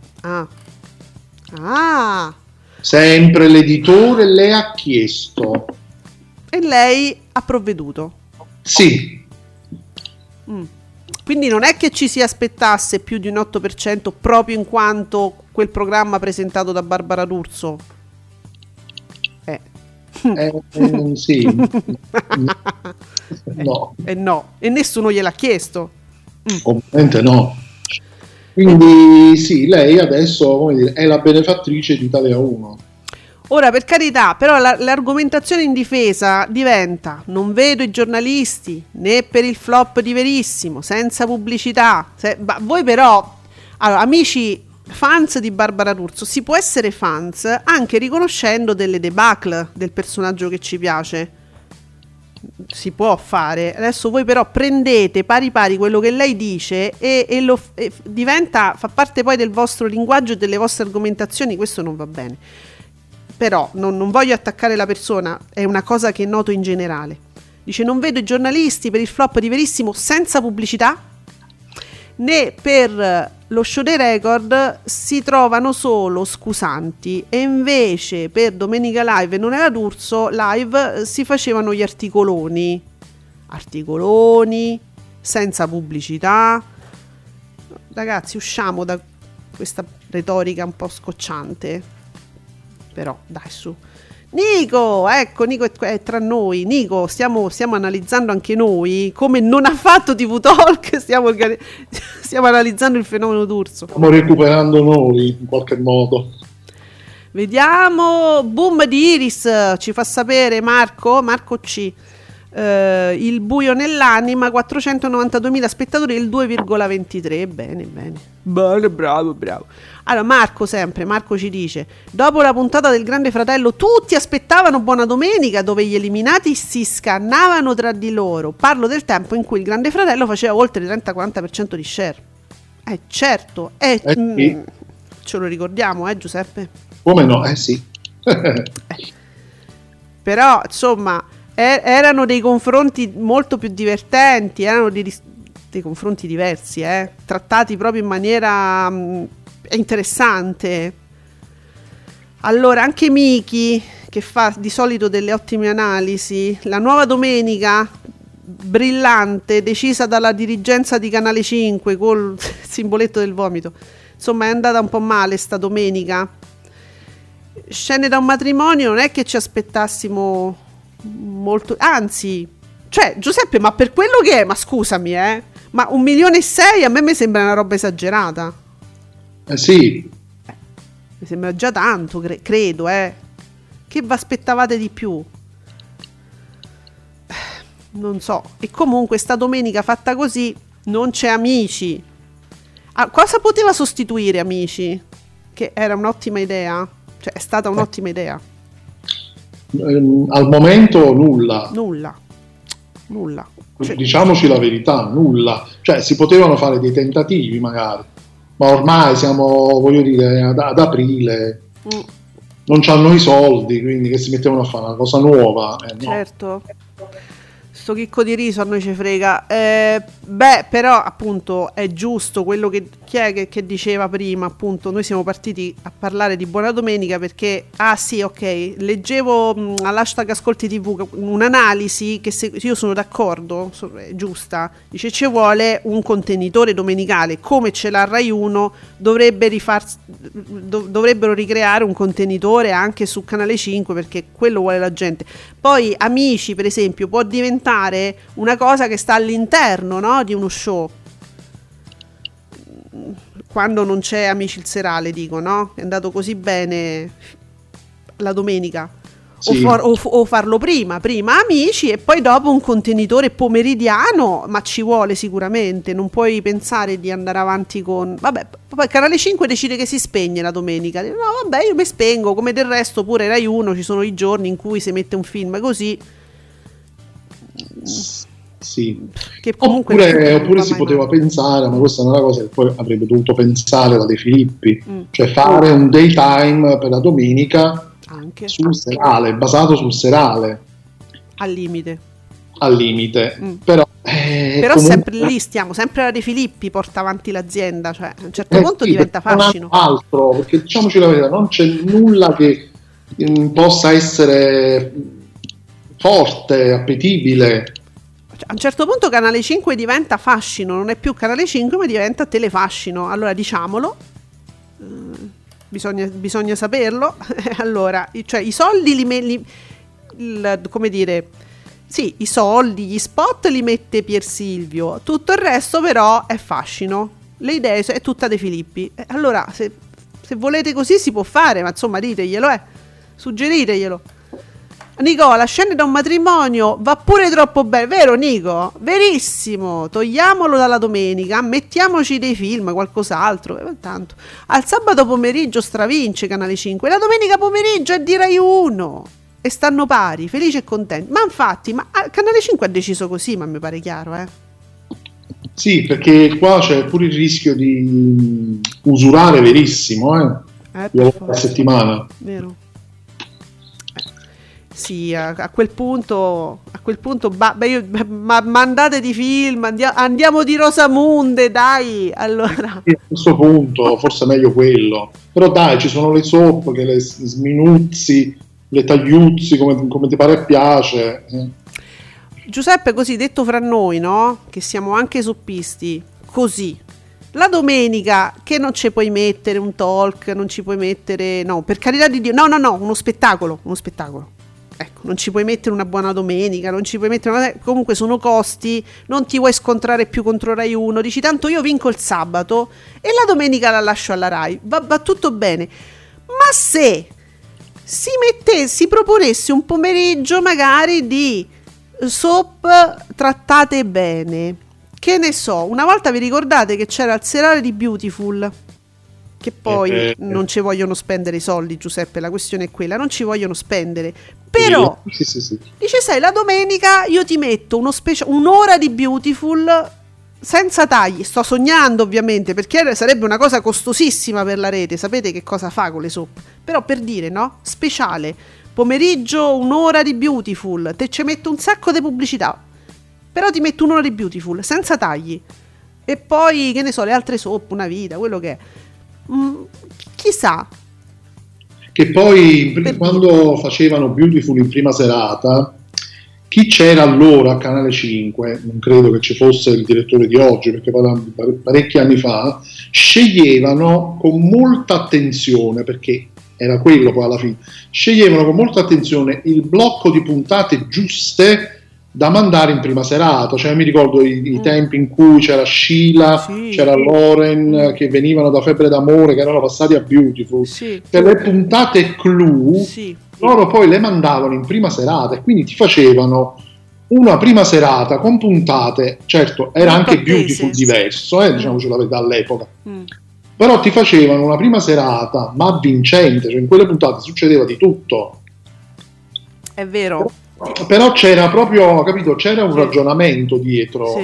Sempre l'editore le ha chiesto e lei ha provveduto. Sì. Quindi non è che ci si aspettasse più di un 8% proprio in quanto quel programma presentato da Barbara D'Urso. Sì. No. No, e nessuno gliel'ha chiesto. Ovviamente no. Quindi sì, lei adesso, come dire, è la benefattrice di Italia 1. Ora, per carità, però l'argomentazione in difesa diventa: non vedo i giornalisti né per il flop di Verissimo, senza pubblicità. Voi però, allora, amici fans di Barbara D'Urso, si può essere fans anche riconoscendo delle debacle del personaggio che ci piace. Si può fare. Adesso voi però prendete pari quello che lei dice e diventa, fa parte poi del vostro linguaggio e delle vostre argomentazioni. Questo non va bene. Però non voglio attaccare la persona, è una cosa che noto in generale. Dice: non vedo i giornalisti per il flop di Verissimo senza pubblicità, né per lo show dei record si trovano solo scusanti, e invece per Domenica Live e Non era D'Urso Live si facevano gli articoloni senza pubblicità. Ragazzi, usciamo da questa retorica un po' scocciante, però dai, su. Nico è tra noi. Nico, stiamo analizzando anche noi, come non ha fatto TV Talk, stiamo analizzando il fenomeno D'Urso. Stiamo recuperando noi in qualche modo. Vediamo. Boom di Iris ci fa sapere Marco C. Il buio nell'anima, 492.000 spettatori, il 2,23. Bene, bravo. Allora Marco ci dice: dopo la puntata del Grande Fratello tutti aspettavano Buona Domenica, dove gli eliminati si scannavano tra di loro. Parlo del tempo in cui il Grande Fratello faceva oltre il 30-40% di share. Certo, sì. Ce lo ricordiamo, Giuseppe? Come no? Sì. Però insomma erano dei confronti molto più divertenti, erano dei confronti diversi, trattati proprio in maniera interessante. Allora, anche Miki, che fa di solito delle ottime analisi, la nuova domenica brillante decisa dalla dirigenza di Canale 5 col simboletto del vomito, insomma è andata un po' male sta domenica. Scene da un matrimonio non è che ci aspettassimo molto, anzi, cioè Giuseppe, ma per quello che è, ma scusami, ma 1,6 milioni a me mi sembra una roba esagerata. Sì, mi sembra già tanto, credo, che vi aspettavate di più? Non so. E comunque sta domenica fatta così non c'è Amici. Cosa poteva sostituire Amici? Che era un'ottima idea, cioè è stata un'ottima idea. Al momento nulla. Cioè, diciamoci la verità, nulla. Cioè si potevano fare dei tentativi magari, ma ormai siamo, voglio dire, ad aprile, non c'hanno i soldi, quindi che si mettevano a fare una cosa nuova. No. Certo. Sto chicco di riso a noi ci frega. Però appunto è giusto quello che chi è che diceva prima, appunto noi siamo partiti a parlare di Buona Domenica perché leggevo all'hashtag Ascolti TV un'analisi che io sono d'accordo, è giusta, dice ci vuole un contenitore domenicale come ce l'ha Rai 1, dovrebbero ricreare un contenitore anche su Canale 5 perché quello vuole la gente. Poi Amici per esempio può diventare una cosa che sta all'interno, no, di uno show quando non c'è Amici il serale, dico, no? È andato così bene la domenica. Sì. O farlo prima Amici e poi dopo un contenitore pomeridiano, ma ci vuole sicuramente, non puoi pensare di andare avanti con poi Canale 5 decide che si spegne la domenica, no vabbè io mi spengo, come del resto pure Rai 1 ci sono i giorni in cui si mette un film così. Sì. Che oppure si poteva pensare, ma questa è una cosa che poi avrebbe dovuto pensare la De Filippi, cioè fare un daytime per la domenica anche sul serale, basato sul serale al limite. Però comunque, sempre lì stiamo, sempre la De Filippi porta avanti l'azienda, cioè a un certo punto diventa fascino. Altro, perché diciamoci la verità, non c'è nulla che possa essere forte, appetibile. A un certo punto Canale 5 diventa fascino, non è più Canale 5 ma diventa telefascino, allora diciamolo, bisogna saperlo. Allora, cioè i soldi come dire, sì, i soldi, gli spot li mette Pier Silvio, tutto il resto però è fascino, le idee è tutta De Filippi. Allora se volete così si può fare, ma insomma diteglielo, suggeriteglielo. Nicola, scende da un matrimonio, va pure troppo bene, vero Nico? Verissimo, togliamolo dalla domenica, mettiamoci dei film, qualcos'altro, tanto. Al sabato pomeriggio stravince Canale 5, la domenica pomeriggio è di Rai 1 e stanno pari, felici e contenti. Ma infatti, Canale 5 ha deciso così, ma mi pare chiaro, Sì, perché qua c'è pure il rischio di usurare verissimo, la settimana. Vero. Sì, a quel punto mandate di film, andiamo di Rosamunde, dai, allora. A questo punto forse è meglio quello, però dai, ci sono le soap che le sminuzzi, le tagliuzzi come ti pare e piace. Giuseppe, così detto fra noi, no? Che siamo anche soppisti, così. La domenica che non ci puoi mettere un talk, non ci puoi mettere, no, per carità di Dio, no, uno spettacolo. Ecco, non ci puoi mettere una Buona Domenica, non ci puoi mettere comunque sono costi, non ti vuoi scontrare più contro Rai 1, dici tanto io vinco il sabato e la domenica la lascio alla Rai, va tutto bene. Ma se si proponesse un pomeriggio magari di soap trattate bene, che ne so, una volta vi ricordate che c'era il serale di Beautiful, che poi non ci vogliono spendere i soldi, Giuseppe, la questione è quella, non ci vogliono spendere, però sì. Dice, sai, la domenica io ti metto un'ora di Beautiful senza tagli, sto sognando ovviamente, perché sarebbe una cosa costosissima per la rete, sapete che cosa fa con le soap, però per dire, no, speciale, pomeriggio un'ora di Beautiful, te ci metto un sacco di pubblicità, però ti metto un'ora di Beautiful senza tagli, e poi che ne so, le altre soap, Una vita, quello che è. Chissà, che poi quando facevano Beautiful in prima serata, chi c'era allora a Canale 5, non credo che ci fosse il direttore di oggi perché parecchi anni fa, sceglievano con molta attenzione, perché era quello poi alla fine, sceglievano con molta attenzione il blocco di puntate giuste da mandare in prima serata, cioè mi ricordo i tempi in cui c'era Sheila, c'era Lauren che venivano da Febbre d'amore, che erano passati a Beautiful, per le puntate clou loro poi le mandavano in prima serata e quindi ti facevano una prima serata con puntate, certo era anche Beautiful diverso, diciamoci la verità all'epoca, però ti facevano una prima serata ma vincente, cioè in quelle puntate succedeva di tutto. È vero. Però c'era proprio, capito, c'era un ragionamento dietro,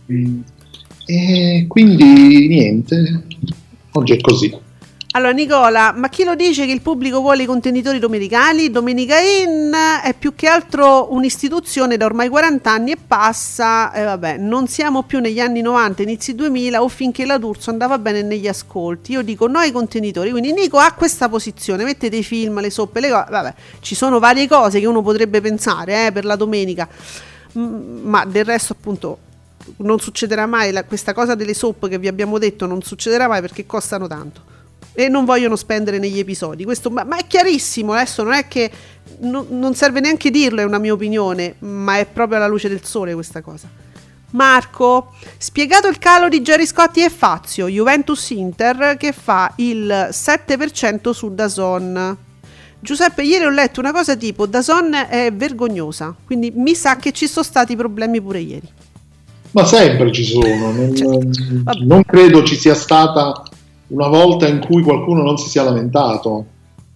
e quindi niente, oggi è così. Allora Nicola, ma chi lo dice che il pubblico vuole i contenitori domenicali? Domenica In è più che altro un'istituzione da ormai 40 anni e passa, vabbè, non siamo più negli anni 90, inizi 2000 o finché la D'Urso andava bene negli ascolti. Io dico no ai contenitori, quindi Nico ha questa posizione, mette dei film, le soppe, le cose, vabbè, ci sono varie cose che uno potrebbe pensare per la domenica, ma del resto appunto non succederà mai, questa cosa delle soap che vi abbiamo detto non succederà mai perché costano tanto e non vogliono spendere negli episodi. Questo, ma è chiarissimo, adesso non è che non serve neanche dirlo, è una mia opinione, ma è proprio alla luce del sole questa cosa. Marco, spiegato il calo di Gerry Scotti e Fazio, Juventus Inter che fa il 7% su DAZN. Giuseppe, ieri ho letto una cosa tipo DAZN è vergognosa, quindi mi sa che ci sono stati problemi pure ieri. Ma sempre ci sono, non credo ci sia stata una volta in cui qualcuno non si sia lamentato.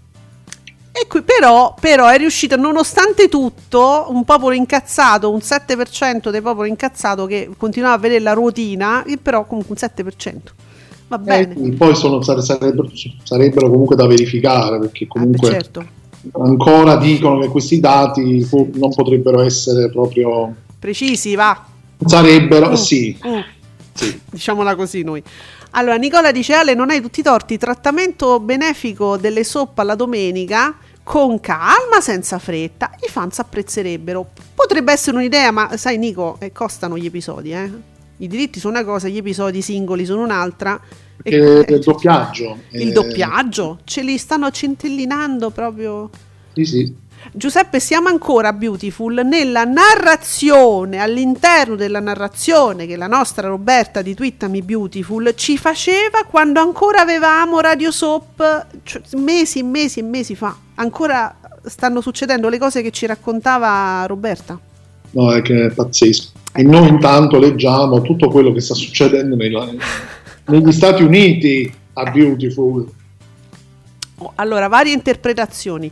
E qui però è riuscito, nonostante tutto, un popolo incazzato, un 7% del popolo incazzato che continuava a vedere la ruotina, però comunque un 7%. Va bene. Poi sarebbero comunque da verificare, perché comunque certo. Ancora dicono che questi dati non potrebbero essere proprio precisi, va. Sarebbero, sì. Diciamola così noi. Allora Nicola dice: Ale, non hai tutti i torti, trattamento benefico delle soap alla domenica, con calma, senza fretta, i fans apprezzerebbero. Potrebbe essere un'idea, ma sai Nico, costano gli episodi, i diritti sono una cosa, gli episodi singoli sono un'altra. Il doppiaggio. Il doppiaggio, ce li stanno centellinando proprio. Sì. Giuseppe, siamo ancora Beautiful nella narrazione, all'interno della narrazione che la nostra Roberta di Twittami Beautiful ci faceva quando ancora avevamo Radio Soap, cioè mesi e mesi fa. Ancora stanno succedendo le cose che ci raccontava Roberta. No, è che è pazzesco. E noi intanto leggiamo tutto quello che sta succedendo negli Stati Uniti a Beautiful. Allora, varie interpretazioni.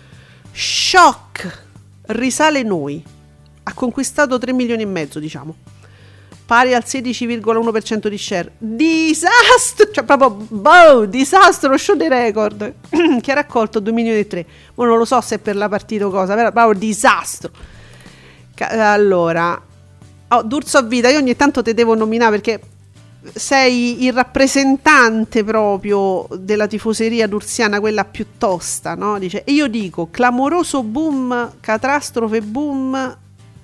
Shock, risale noi, ha conquistato 3 milioni e mezzo, diciamo, pari al 16,1% di share. Disastro, cioè proprio disastro, show dei record che ha raccolto 2 milioni e 3. Ma non lo so se è per la partita o cosa, però proprio disastro. Allora, D'Urso a vita, io ogni tanto te devo nominare perché sei il rappresentante proprio della tifoseria d'ursiana, quella più tosta, no? Dice, e io dico clamoroso boom, catastrofe boom,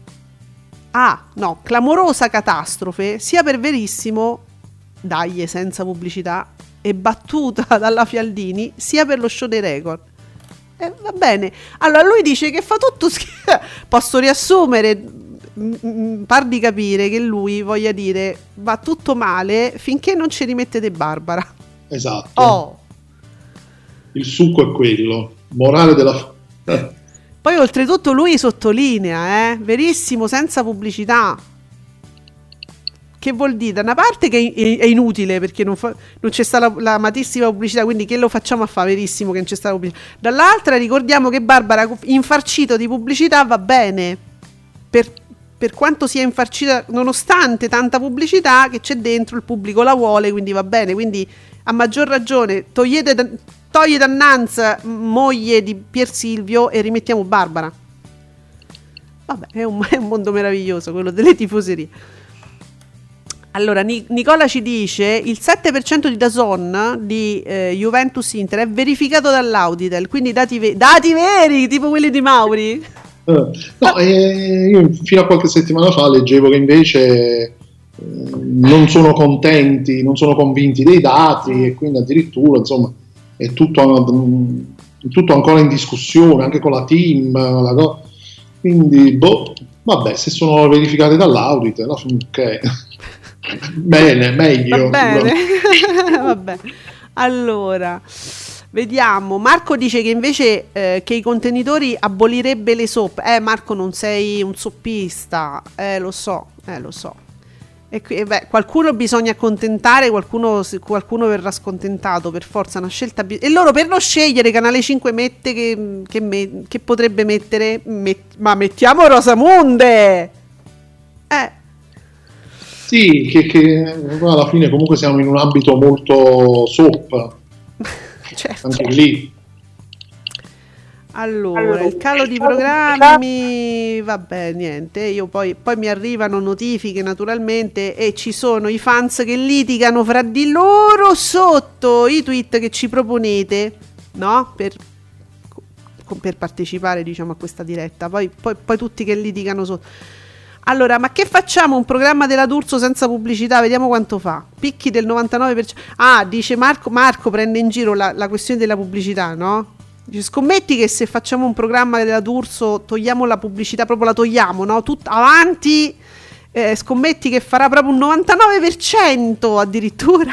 clamorosa catastrofe sia per Verissimo, dai, senza pubblicità, e battuta dalla Fialdini, sia per lo show dei record. Va bene, allora lui dice che fa tutto posso riassumere, par di capire che lui, voglia dire, va tutto male finché non ci rimettete Barbara. Esatto. Il succo è quello, morale della poi oltretutto lui sottolinea Verissimo senza pubblicità, che vuol dire da una parte che è inutile perché non c'è stata la amatissima pubblicità, quindi che lo facciamo a fare Verissimo che non c'è stata pubblicità, dall'altra ricordiamo che Barbara infarcito di pubblicità va bene per quanto sia infarcita, nonostante tanta pubblicità che c'è dentro, il pubblico la vuole, quindi va bene. Quindi a maggior ragione toglie dannanza moglie di Pier Silvio e rimettiamo Barbara. Vabbè, è un mondo meraviglioso quello delle tifoserie. Allora Nicola ci dice il 7% di DAZN di Juventus Inter è verificato dall'Auditel, quindi dati veri tipo quelli di Mauri. Io fino a qualche settimana fa leggevo che invece non sono contenti, non sono convinti dei dati e quindi addirittura insomma è tutto ancora in discussione anche con la team, quindi vabbè, se sono verificate dall'Auditel ok. Bene, meglio. Va bene. Vabbè. Allora vediamo, Marco dice che invece che i contenitori abolirebbe le soap. Marco, non sei un soppista, lo so. E qualcuno bisogna accontentare, qualcuno verrà scontentato per forza, una scelta e loro per non scegliere Canale 5 mette che potrebbe mettere ma mettiamo Rosamunde, sì, che alla fine comunque siamo in un ambito molto soap. Certo. Anche lì. Allora, il calo di programmi, vabbè, niente, io poi mi arrivano notifiche naturalmente e ci sono i fans che litigano fra di loro sotto i tweet che ci proponete, no? Per partecipare, diciamo, a questa diretta, poi tutti che litigano sotto. Allora, ma che facciamo? Un programma della D'Urso senza pubblicità? Vediamo quanto fa. Picchi del 99%. Ah, dice Marco prende in giro la questione della pubblicità, no? Dice, scommetti che se facciamo un programma della D'Urso togliamo la pubblicità, proprio la togliamo, no? Avanti, scommetti che farà proprio un 99% addirittura.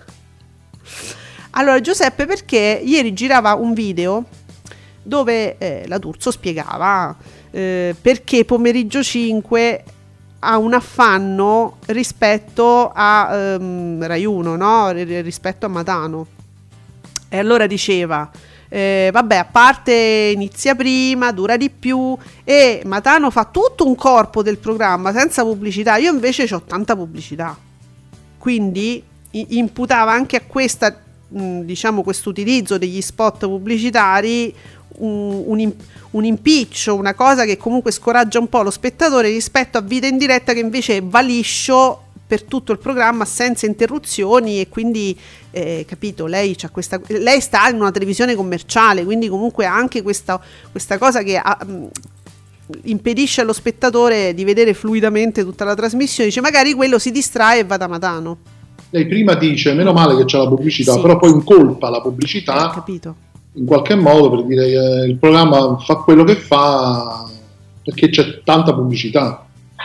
Allora, Giuseppe, perché ieri girava un video dove la D'Urso spiegava perché Pomeriggio 5 ha un affanno rispetto a Rai 1, no? Rispetto a Matano. E allora diceva vabbè, a parte inizia prima, dura di più e Matano fa tutto un corpo del programma senza pubblicità, io invece ho tanta pubblicità, quindi imputava anche a questa, diciamo, questo utilizzo degli spot pubblicitari un impiccio, una cosa che comunque scoraggia un po' lo spettatore rispetto a Vita in diretta, che invece va liscio per tutto il programma senza interruzioni, e quindi capito, lei sta in una televisione commerciale, quindi comunque anche questa cosa che impedisce allo spettatore di vedere fluidamente tutta la trasmissione, dice magari quello si distrae e va da Matano. Lei prima dice meno male che c'è la pubblicità, sì, però poi incolpa la pubblicità, capito, in qualche modo, per dire che il programma fa quello che fa perché c'è tanta pubblicità.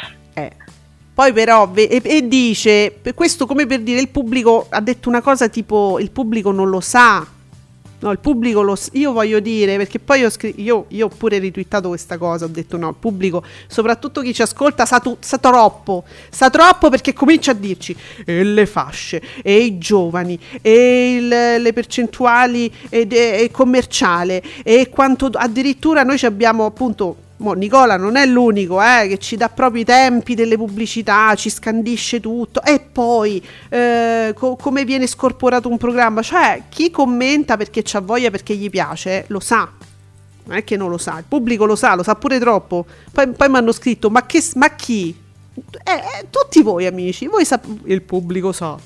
Poi però e dice, per questo, come per dire, il pubblico ha detto una cosa tipo il pubblico non lo sa, no, il pubblico io voglio dire, perché poi io ho pure ritwittato questa cosa, ho detto no, il pubblico, soprattutto chi ci ascolta, sa troppo, perché comincia a dirci e le fasce e i giovani e le percentuali e commerciale e quanto, addirittura noi ci abbiamo appunto. Nicola non è l'unico che ci dà proprio i tempi delle pubblicità, ci scandisce tutto, e poi come viene scorporato un programma, cioè chi commenta perché c'ha voglia, perché gli piace, lo sa, non è che non lo sa, il pubblico lo sa pure troppo. Poi mi hanno scritto ma chi? Tutti voi amici, il pubblico sa.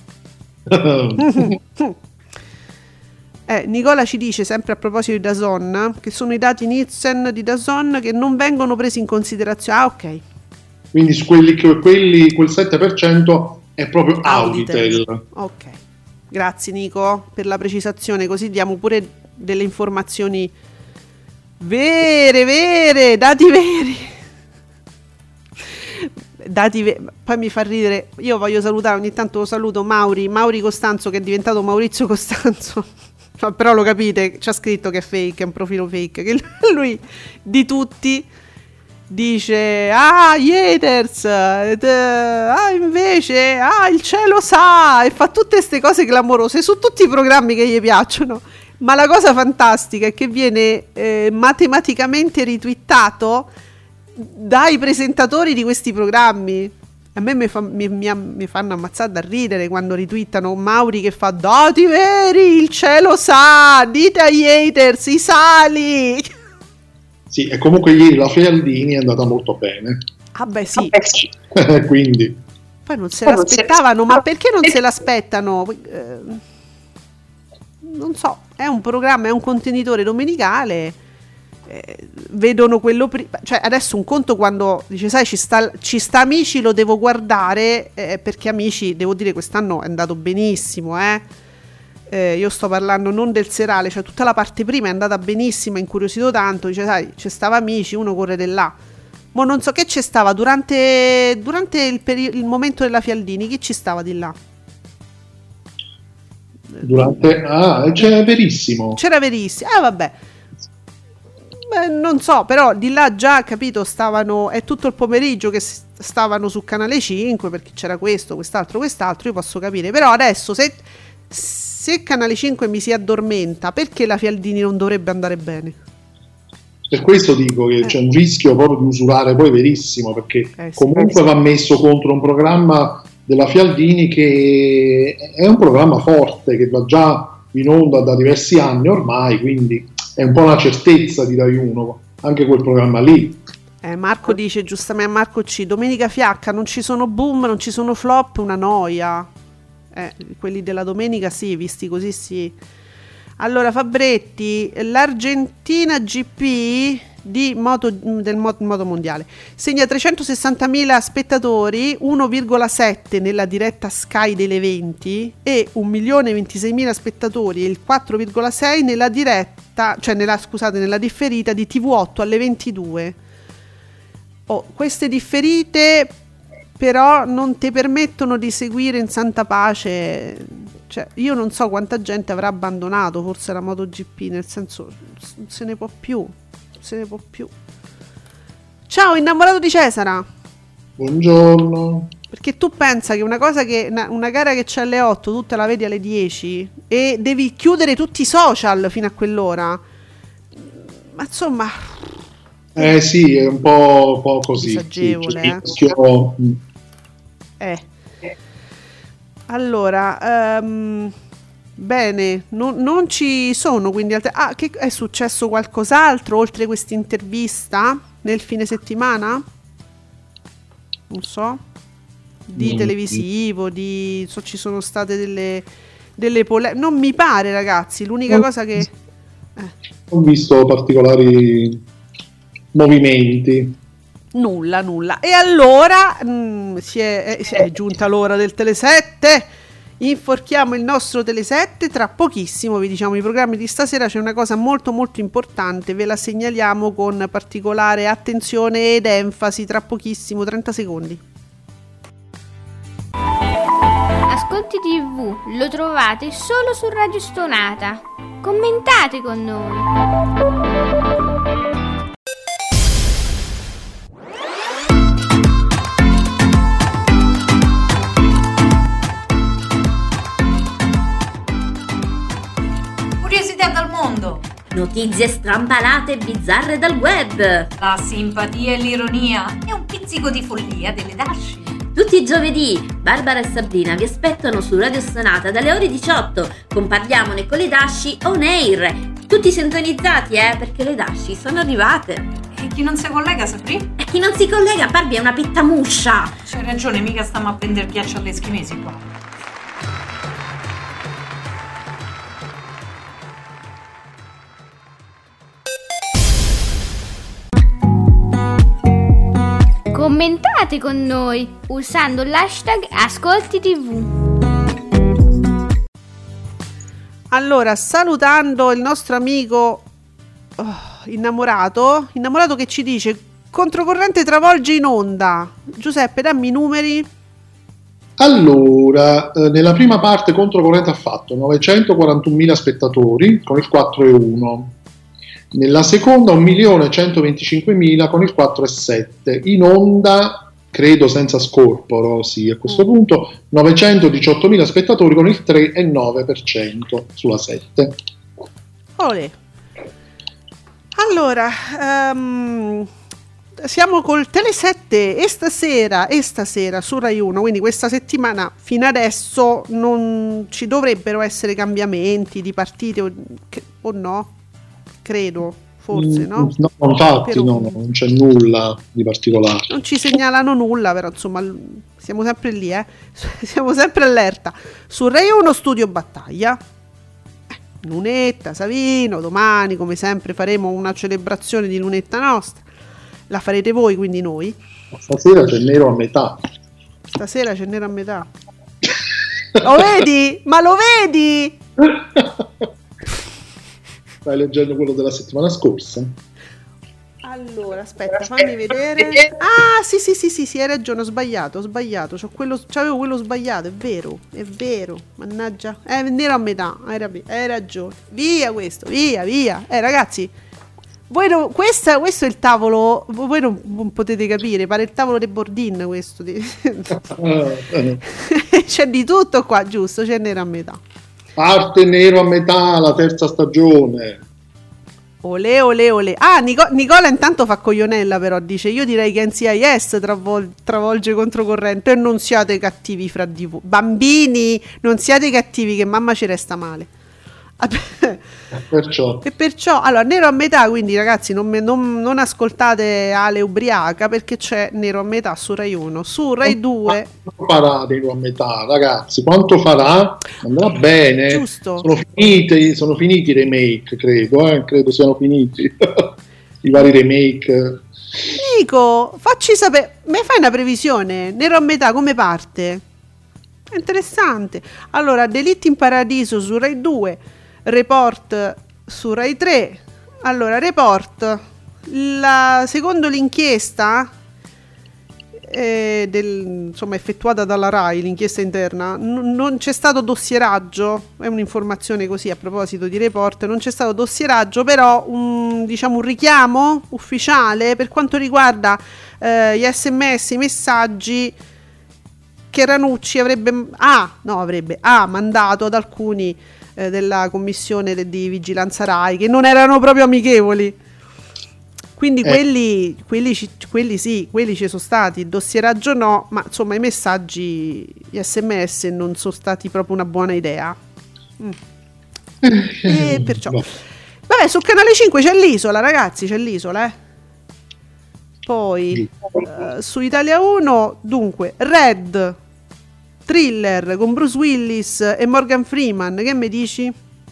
Nicola ci dice, sempre a proposito di DAZN, che sono i dati Nielsen di DAZN che non vengono presi in considerazione. Ah, ok. Quindi su quel 7% è proprio Auditel. Ok. Grazie Nico per la precisazione, così diamo pure delle informazioni vere, dati veri. Poi mi fa ridere, io voglio salutare, ogni tanto lo saluto, Mauri Costanzo, che è diventato Maurizio Costanzo. Però lo capite, c'ha scritto che è fake, è un profilo fake, che lui di tutti dice gli haters, invece il cielo sa, e fa tutte queste cose clamorose su tutti i programmi che gli piacciono. Ma la cosa fantastica è che viene matematicamente ritwittato dai presentatori di questi programmi. A me mi fanno ammazzare da ridere quando ritwittano Mauri che fa dati veri, il cielo sa, dite agli haters, i sali. Sì, e comunque ieri la Fialdini è andata molto bene. Sì. Quindi poi non se l'aspettavano, ma perché non se l'aspettano? Non so, è un programma, è un contenitore domenicale. Vedono quello prima, cioè adesso un conto quando dice sai ci sta Amici, lo devo guardare, perché Amici, devo dire, quest'anno è andato benissimo, io sto parlando non del serale, cioè tutta la parte prima è andata benissimo, è incuriosito tanto, dice sai c'è stava Amici, uno corre di là, ma non so che c'è stava durante il momento della Fialdini, chi ci stava di là? C'era verissimo, vabbè. Non so, però di là già, capito, stavano, è tutto il pomeriggio che stavano su Canale 5 perché c'era questo, quest'altro, io posso capire, però adesso se Canale 5 mi si addormenta, perché la Fialdini non dovrebbe andare bene? Per questo dico che c'è un rischio proprio di usurare, poi verissimo, perché comunque va messo contro un programma della Fialdini che è un programma forte, che va già in onda da diversi anni ormai, quindi è un po' una certezza di Rai 1, anche quel programma lì. Marco dice giustamente, Marco C, domenica fiacca, non ci sono boom, non ci sono flop, una noia. Quelli della domenica sì, visti così sì. Allora Fabretti, l'Argentina GP del moto mondiale segna 360.000 spettatori, 1,7 nella diretta Sky delle 20 e 1.026.000 spettatori e il 4,6 nella diretta, cioè nella differita di TV8 alle 22. Queste differite però non ti permettono di seguire in santa pace. Cioè, io non so quanta gente avrà abbandonato forse la MotoGP, nel senso non se ne può più. Ciao, innamorato di Cesara. Buongiorno. Perché tu pensa che una gara che c'è alle 8 tu te la vedi alle 10 e devi chiudere tutti i social fino a quell'ora, ma insomma sì, è un po' così disagevole, Allora, bene, non ci sono quindi che è successo qualcos'altro oltre questa intervista nel fine settimana? Non so, di televisivo, ci sono state delle polemiche, non mi pare, ragazzi, l'unica cosa che ho visto particolari movimenti. Nulla. E allora si è giunta l'ora del Tele7. Inforchiamo il nostro Tele7. Tra pochissimo vi diciamo i programmi di stasera. C'è una cosa molto molto importante, ve la segnaliamo con particolare attenzione ed enfasi tra pochissimo, 30 secondi. Ascolti TV lo trovate solo su Radio Stonata. Commentate con noi. Dal mondo, notizie strampalate e bizzarre dal web, la simpatia e l'ironia e un pizzico di follia delle Dashi. Tutti i giovedì Barbara e Sabrina vi aspettano su Radio Stonata dalle ore 18 con Parliamone con le Dashi on air. Tutti sintonizzati perché le Dashi sono arrivate. E chi non si collega, Sabri? E chi non si collega, Barbie è una pittamuscia. C'hai ragione, mica stiamo a prendere ghiaccio alle eschimesi qua. Commentate con noi usando l'hashtag Ascolti TV. Allora, salutando il nostro amico innamorato che ci dice: controcorrente travolge in onda. Giuseppe, dammi i numeri. Allora, nella prima parte controcorrente ha fatto 941.000 spettatori con il 4,1. Nella seconda 1.125.000 con il 4,7. In onda, credo senza scorporo, sì, a questo punto 918.000 spettatori con il 3,9% sulla 7. Olè. Allora, siamo col Tele7 e stasera su Rai 1, quindi questa settimana fino adesso non ci dovrebbero essere cambiamenti di partite o no? Credo, forse, no? No, infatti non c'è nulla di particolare. Non ci segnalano nulla, però insomma siamo sempre lì, siamo sempre allerta. Su Rai 1 Studio Battaglia, Lunetta, Savino, domani come sempre faremo una celebrazione di Lunetta nostra. La farete voi, quindi noi. Stasera c'è nero a metà. Stasera c'è nero a metà. Lo vedi? Ma lo vedi? Stai leggendo quello della settimana scorsa? Allora, aspetta, fammi vedere. Ah, sì, hai ragione, ho sbagliato. C'avevo quello sbagliato, è vero. Mannaggia. Nero a metà, hai ragione. Via questo, via. Ragazzi, Questo è il tavolo, voi non potete capire, pare il tavolo dei Bordin questo. C'è di tutto qua, giusto? C'è nero a metà. Parte nero a metà, la terza stagione. Olè, olè, olè. Ah, Nicola intanto fa coglionella, però dice: io direi che NCIS travolge controcorrente e non siate cattivi fra di voi. Bambini, non siate cattivi che mamma ci resta male. E perciò allora nero a metà, quindi ragazzi non ascoltate Ale ubriaca, perché c'è nero a metà su Rai 1, su Rai 2. Quanto farà nero a metà, ragazzi? Quanto farà? Andrà bene? Giusto. Sono finiti i remake, credo siano finiti i vari remake. Nico, facci sapere, mi fai una previsione? Nero a metà come parte? È interessante. Allora, Delitti in Paradiso su Rai 2, Report su Rai 3. Allora, Report, secondo l'inchiesta insomma effettuata dalla Rai, l'inchiesta interna, non c'è stato dossieraggio, è un'informazione così a proposito di Report, non c'è stato dossieraggio, però un richiamo ufficiale per quanto riguarda gli SMS, i messaggi che Ranucci avrebbe mandato ad alcuni della commissione di vigilanza Rai, che non erano proprio amichevoli, quindi quelli ci sono stati, il dossieraggio no, ma insomma i messaggi, gli SMS non sono stati proprio una buona idea. E perciò vabbè, sul canale 5 c'è l'Isola, ragazzi, poi su Italia 1 dunque Red, thriller con Bruce Willis e Morgan Freeman, che mi dici?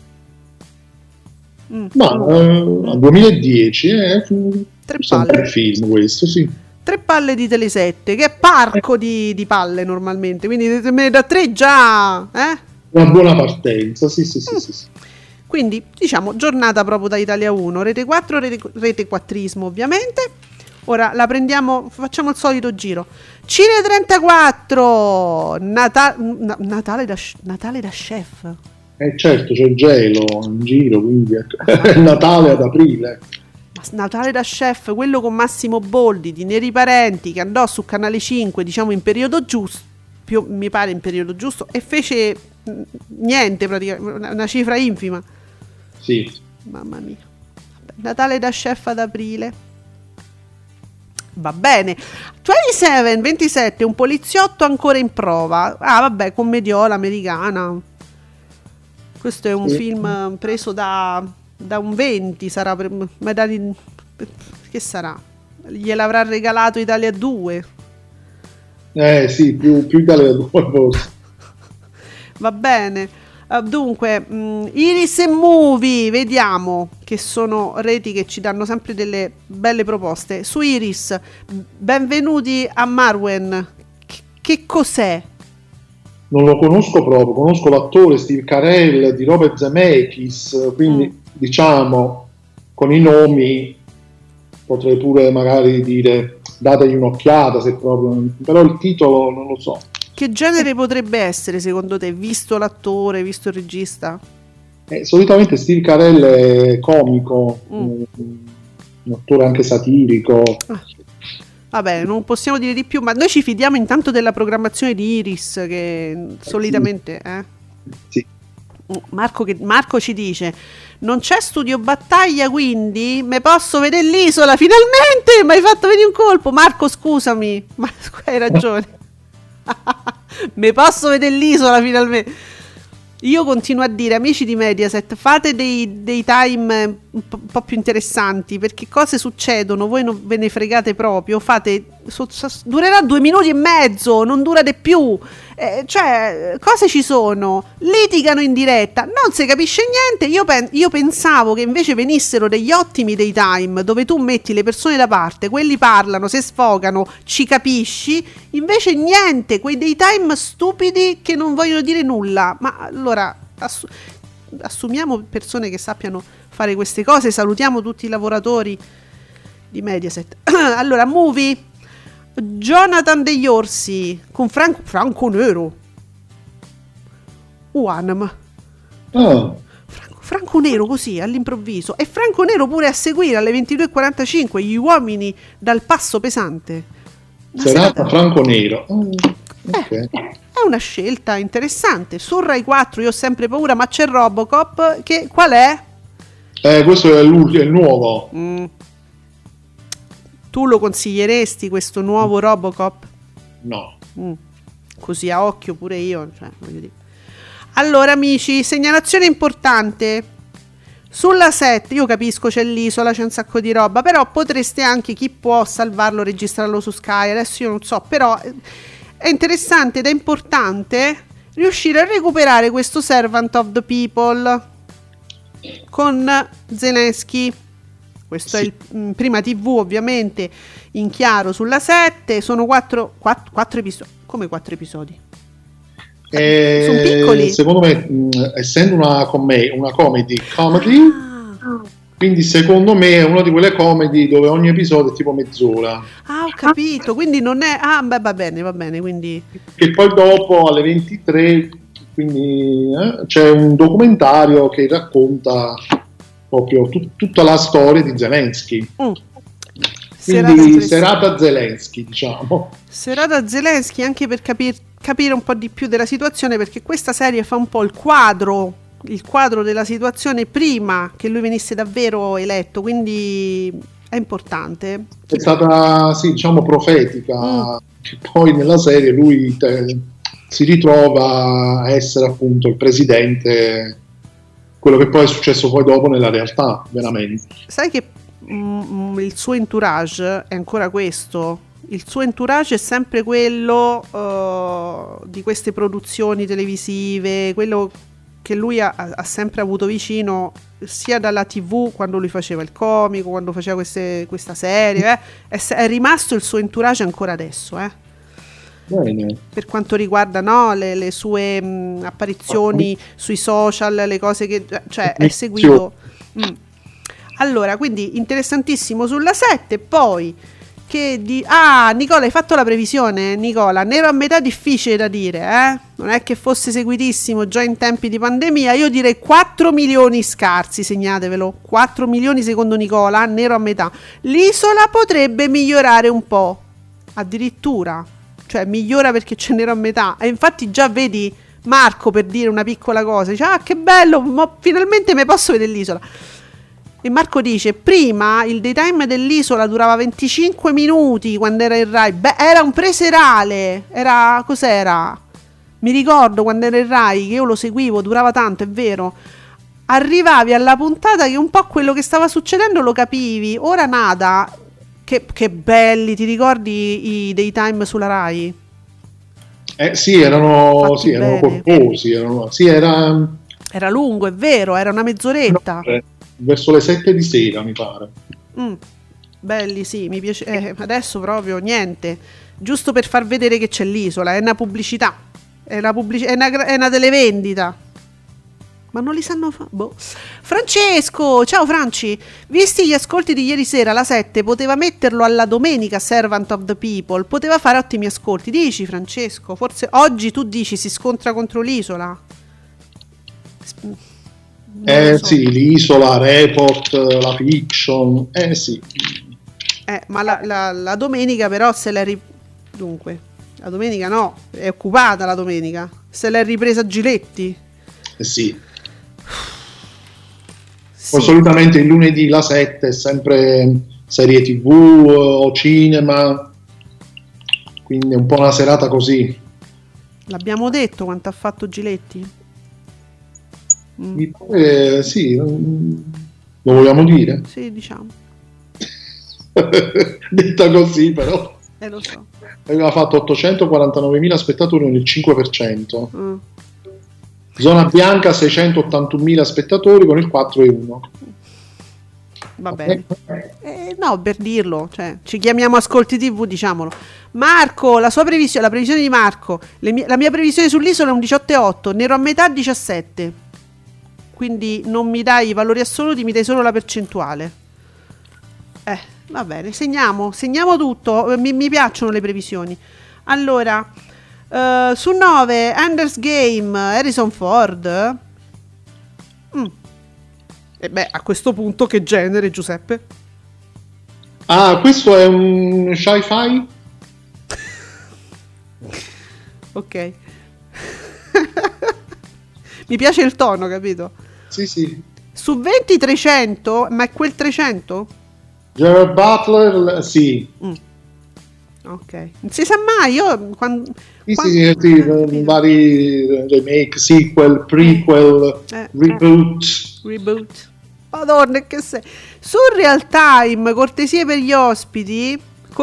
Ma 2010 è tre palle. Un film questo, sì. 3 palle di Tele7, che è parco di palle normalmente, quindi da 3 già una buona partenza, sì. Quindi diciamo giornata proprio da Italia 1, Rete 4, Rete 4ismo ovviamente. Ora la prendiamo, facciamo il solito giro. Cine 34, Natale da chef. Certo, c'è il gelo in giro, quindi è Natale ad aprile. Natale da chef, quello con Massimo Boldi di Neri Parenti, che andò su Canale 5, diciamo in periodo giusto, mi pare in periodo giusto, e fece niente, praticamente una cifra infima. Sì. Mamma mia. Natale da chef ad aprile. Va bene. 27, un poliziotto ancora in prova. Ah, vabbè, commediola americana. Questo è un film preso da un 20, sarà che sarà? Gliel'avrà regalato Italia 2. Sì, più Italia 2 forse. Va bene. Dunque, Iris e Movie, vediamo, che sono reti che ci danno sempre delle belle proposte. Su Iris, benvenuti a Marwen. Che cos'è? Non lo conosco proprio, conosco l'attore Steve Carell di Robert Zemeckis, quindi diciamo con i nomi potrei pure magari dire dategli un'occhiata, se proprio, però il titolo non lo so. Che genere potrebbe essere secondo te, visto l'attore, visto il regista? Solitamente Steve Carell è comico, un attore anche satirico. Vabbè, non possiamo dire di più, ma noi ci fidiamo intanto della programmazione di Iris, che solitamente sì. Marco ci dice: non c'è Studio Battaglia, quindi me posso vedere l'Isola finalmente, mi hai fatto venire un colpo. Marco, scusami, ma hai ragione. Me posso vedere l'Isola finalmente. Io continuo a dire, amici di Mediaset, fate dei time un po' più interessanti, perché cose succedono, voi non ve ne fregate proprio, durerà 2 minuti e mezzo, non dura di più, cioè cose ci sono, litigano in diretta, non si capisce niente. Io pensavo che invece venissero degli ottimi daytime dove tu metti le persone da parte, quelli parlano, si sfogano, ci capisci, invece niente, quei daytime stupidi che non vogliono dire nulla. Ma allora assumiamo persone che sappiano fare queste cose, salutiamo tutti i lavoratori di Mediaset. Allora, Movie, Jonathan degli Orsi con Franco Nero. Franco Franco Nero così all'improvviso, e Franco Nero pure a seguire alle 22:45 Gli uomini dal passo pesante. Serata Franco Nero. Okay. È una scelta interessante. Su Rai 4 io ho sempre paura, ma c'è Robocop, che qual è? Questo è il nuovo. Tu lo consiglieresti questo nuovo Robocop? No. Così a occhio pure io, cioè, voglio dire. Allora amici, segnalazione importante. Sulla 7, io capisco c'è l'isola, c'è un sacco di roba, però potreste anche, chi può salvarlo, registrarlo su Sky, adesso io non so, però è interessante ed è importante riuscire a recuperare questo Servant of the People con Zelensky. Questo sì. È il prima TV ovviamente in chiaro sulla 7, sono 4 episodi. Come 4 episodi? Sono piccoli. Secondo me, essendo una comedy, quindi secondo me è una di quelle comedy dove ogni episodio è tipo mezz'ora. Ho capito, quindi non è... va bene, quindi... E poi dopo alle 23 quindi c'è un documentario che racconta proprio tutta la storia di Zelensky. Quindi serata Zelensky, diciamo. Serata Zelensky, anche per capire un po' di più della situazione, perché questa serie fa un po' il quadro della situazione prima che lui venisse davvero eletto, quindi è importante. È stata, sì, diciamo, profetica, che poi nella serie lui si ritrova a essere appunto il presidente, quello che poi è successo poi dopo nella realtà, veramente. Sai che il suo entourage è ancora questo? Il suo entourage è sempre quello di queste produzioni televisive, quello che lui ha sempre avuto vicino, sia dalla TV quando lui faceva il comico, quando faceva questa serie, è rimasto il suo entourage ancora adesso, Bene. Per quanto riguarda le sue apparizioni sui social, le cose che, cioè, è seguito. Allora, quindi interessantissimo sulla 7. Poi Nicola, hai fatto la previsione? Nicola, Nero a metà, difficile da dire, non è che fosse seguitissimo già in tempi di pandemia. Io direi 4 milioni scarsi, segnatevelo, 4 milioni secondo Nicola, Nero a metà. L'isola potrebbe migliorare un po', addirittura, cioè migliora perché c'è Nero a metà, e infatti già vedi Marco, per dire una piccola cosa, dice che bello, finalmente mi posso vedere l'isola. E Marco dice: prima il daytime dell'isola durava 25 minuti quando era in Rai. Era un preserale. Cos'era? Mi ricordo quando era in Rai, che io lo seguivo, durava tanto, è vero. Arrivavi alla puntata che un po' quello che stava succedendo lo capivi. Ora nada. Che belli, ti ricordi i daytime sulla Rai? Sì, erano corposi. Era lungo, è vero, era una mezz'oretta. Verso le 7 di sera, mi pare. Belli, sì, mi piace. Adesso proprio niente, giusto per far vedere che c'è l'isola, è una pubblicità, è una televendita, ma non li sanno fare. Francesco, ciao Franci, visti gli ascolti di ieri sera, la 7 poteva metterlo alla domenica, Servant of the People, poteva fare ottimi ascolti, dici Francesco? Forse oggi tu dici si scontra contro l'isola? Sì, l'isola, Report, la fiction, sì. Ma la domenica però se l'è dunque, la domenica no, è occupata la domenica, se l'è ripresa Giletti. Sì. Poi solitamente il lunedì la 7 è sempre serie TV o cinema, quindi è un po' una serata così. L'abbiamo detto quanto ha fatto Giletti? Sì, lo vogliamo dire? Sì, diciamo. Detta così, però. Lo so. Aveva fatto 849.000 spettatori nel 5%. Zona bianca 681.000 spettatori con il 4,1%. Va bene. No, per dirlo, cioè, ci chiamiamo Ascolti TV, diciamolo. Marco, la previsione di Marco, la mia previsione sull'isola è un 18,8, Nero a metà 17. Quindi non mi dai i valori assoluti, mi dai solo la percentuale. Va bene, segniamo tutto, mi piacciono le previsioni. Allora, su 9 Ender's Game, Harrison Ford. E beh, a questo punto che genere, Giuseppe? Ah, questo è un sci-fi? Ok. Mi piace il tono, capito? Sì. Su 20 300, ma è quel 300? Gerard Butler, sì. Ok. Non si sa mai, io Sì, vari remake, sequel, prequel, reboot. Madonna, che sei. Su Real Time, cortesie per gli ospiti,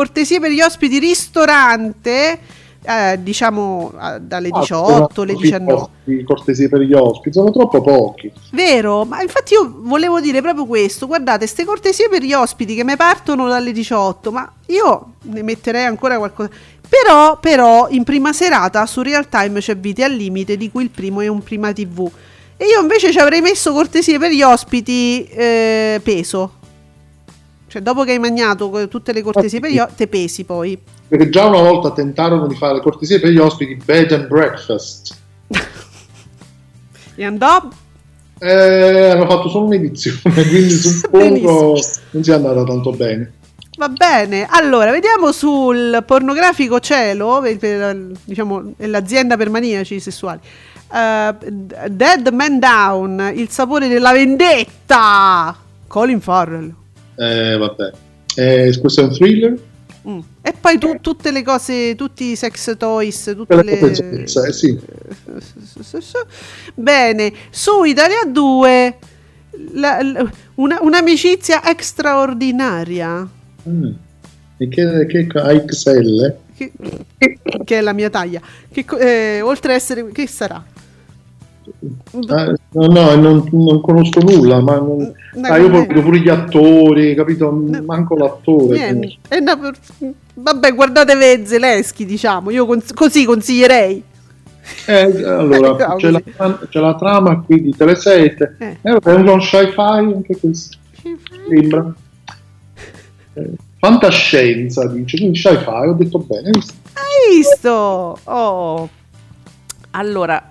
ristorante, diciamo dalle 18 alle 19. Cortesie per gli ospiti sono troppo pochi. Vero, ma infatti io volevo dire proprio questo. Guardate, ste cortesie per gli ospiti che mi partono dalle 18, ma io ne metterei ancora qualcosa. Però in prima serata su Real Time c'è Vite al limite, di cui il primo è un Prima TV. E io invece ci avrei messo cortesie per gli ospiti peso. Cioè dopo che hai mangiato tutte le cortesie per gli ospiti, te pesi poi. Perché già una volta tentarono di fare cortesie per gli ospiti bed and breakfast. E andò? Hanno fatto solo un'edizione, quindi suppongo non sia andata tanto bene. Va bene, allora vediamo sul pornografico cielo, diciamo è l'azienda per maniaci sessuali. Dead Man Down, il sapore della vendetta, Colin Farrell. Vabbè, questo è un thriller. E poi tutte le cose, tutti i sex toys, tutte le sì. Bene, su Italia 2 un'amicizia straordinaria. E che XL? Che è la mia taglia. Oltre a essere, che sarà? No, non conosco nulla, ma io vedo pure gli attori, capito? Manco l'attore. Vabbè, guardate Zelensky, diciamo. Io così consiglierei. Allora c'è la trama qui di Tele7. È un sci-fi anche questo. Sembra fantascienza, dice, quindi sci-fi, ho detto bene. Hai visto? Oh. Allora,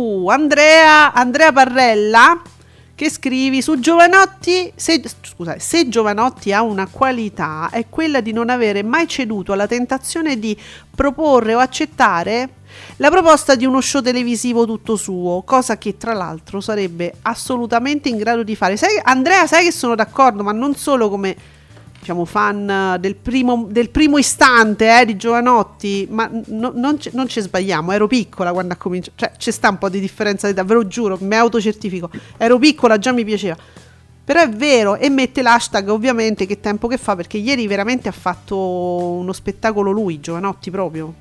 Andrea Parrella, che scrivi su Giovanotti, se Giovanotti ha una qualità è quella di non avere mai ceduto alla tentazione di proporre o accettare la proposta di uno show televisivo tutto suo, cosa che tra l'altro sarebbe assolutamente in grado di fare. Andrea, sai che sono d'accordo, ma non solo come, diciamo, fan del primo istante di Giovanotti, ma non ci sbagliamo, ero piccola quando ha cominciato, cioè c'è sta un po' di differenza di età, ve lo giuro, mi autocertifico, ero piccola, già mi piaceva, però è vero, e mette l'hashtag ovviamente che tempo che fa, perché ieri veramente ha fatto uno spettacolo lui, Giovanotti proprio.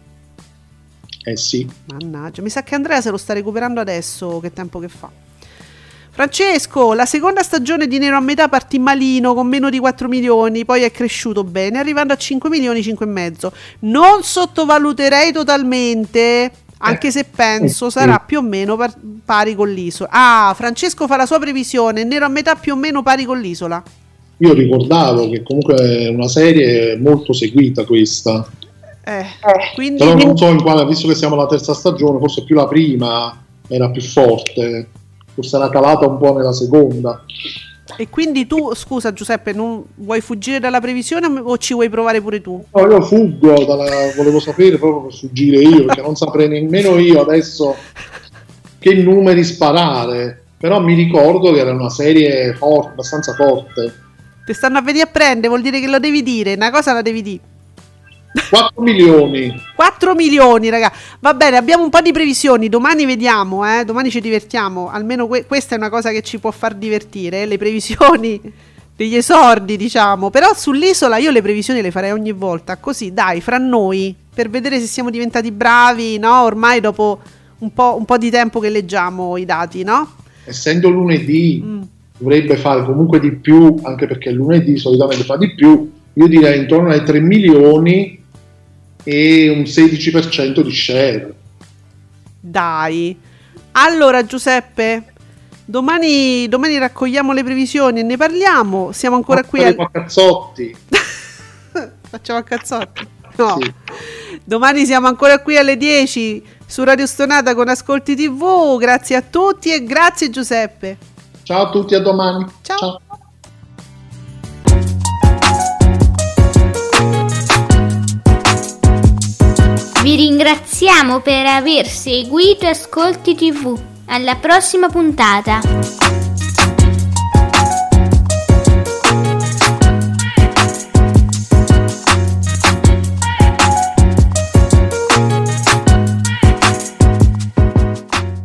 Sì. Mannaggia, mi sa che Andrea se lo sta recuperando adesso, che tempo che fa. Francesco, la seconda stagione di Nero a metà partì malino con meno di 4 milioni, poi è cresciuto bene, arrivando a 5 milioni, 5,5. Non sottovaluterei totalmente, anche se penso sarà più o meno pari con l'Isola. Francesco fa la sua previsione, Nero a metà più o meno pari con l'Isola. Io ricordavo che comunque è una serie molto seguita questa. Quindi... Però non so in quale, visto che siamo alla terza stagione, forse più la prima era più forte, forse era calata un po' nella seconda. E quindi tu, scusa Giuseppe, non vuoi fuggire dalla previsione o ci vuoi provare pure tu? No, io fuggo, volevo sapere proprio per fuggire io, perché non saprei nemmeno io adesso che numeri sparare, però mi ricordo che era una serie forte, abbastanza forte. Ti stanno a venire a prendere, vuol dire che lo devi dire, una cosa la devi dire. 4 milioni. 4 milioni, raga. Va bene, abbiamo un po' di previsioni. Domani vediamo, domani ci divertiamo. Almeno questa è una cosa che ci può far divertire. Le previsioni degli esordi, diciamo. Però sull'Isola io le previsioni le farei ogni volta. Così, dai, fra noi, per vedere se siamo diventati bravi, no? Ormai dopo un po' di tempo che leggiamo i dati, no? Essendo lunedì, dovrebbe fare comunque di più, anche perché lunedì solitamente fa di più. Io direi intorno ai 3 milioni e un 16% di share. Dai. Allora Giuseppe, domani raccogliamo le previsioni e ne parliamo. Siamo ancora qui a cazzotti. Facciamo a cazzotti. No. Sì. Domani siamo ancora qui alle 10 su Radio Stonata con Ascolti TV. Grazie a tutti e grazie Giuseppe. Ciao a tutti, a domani. Ciao. Vi ringraziamo per aver seguito Ascolti TV. Alla prossima puntata.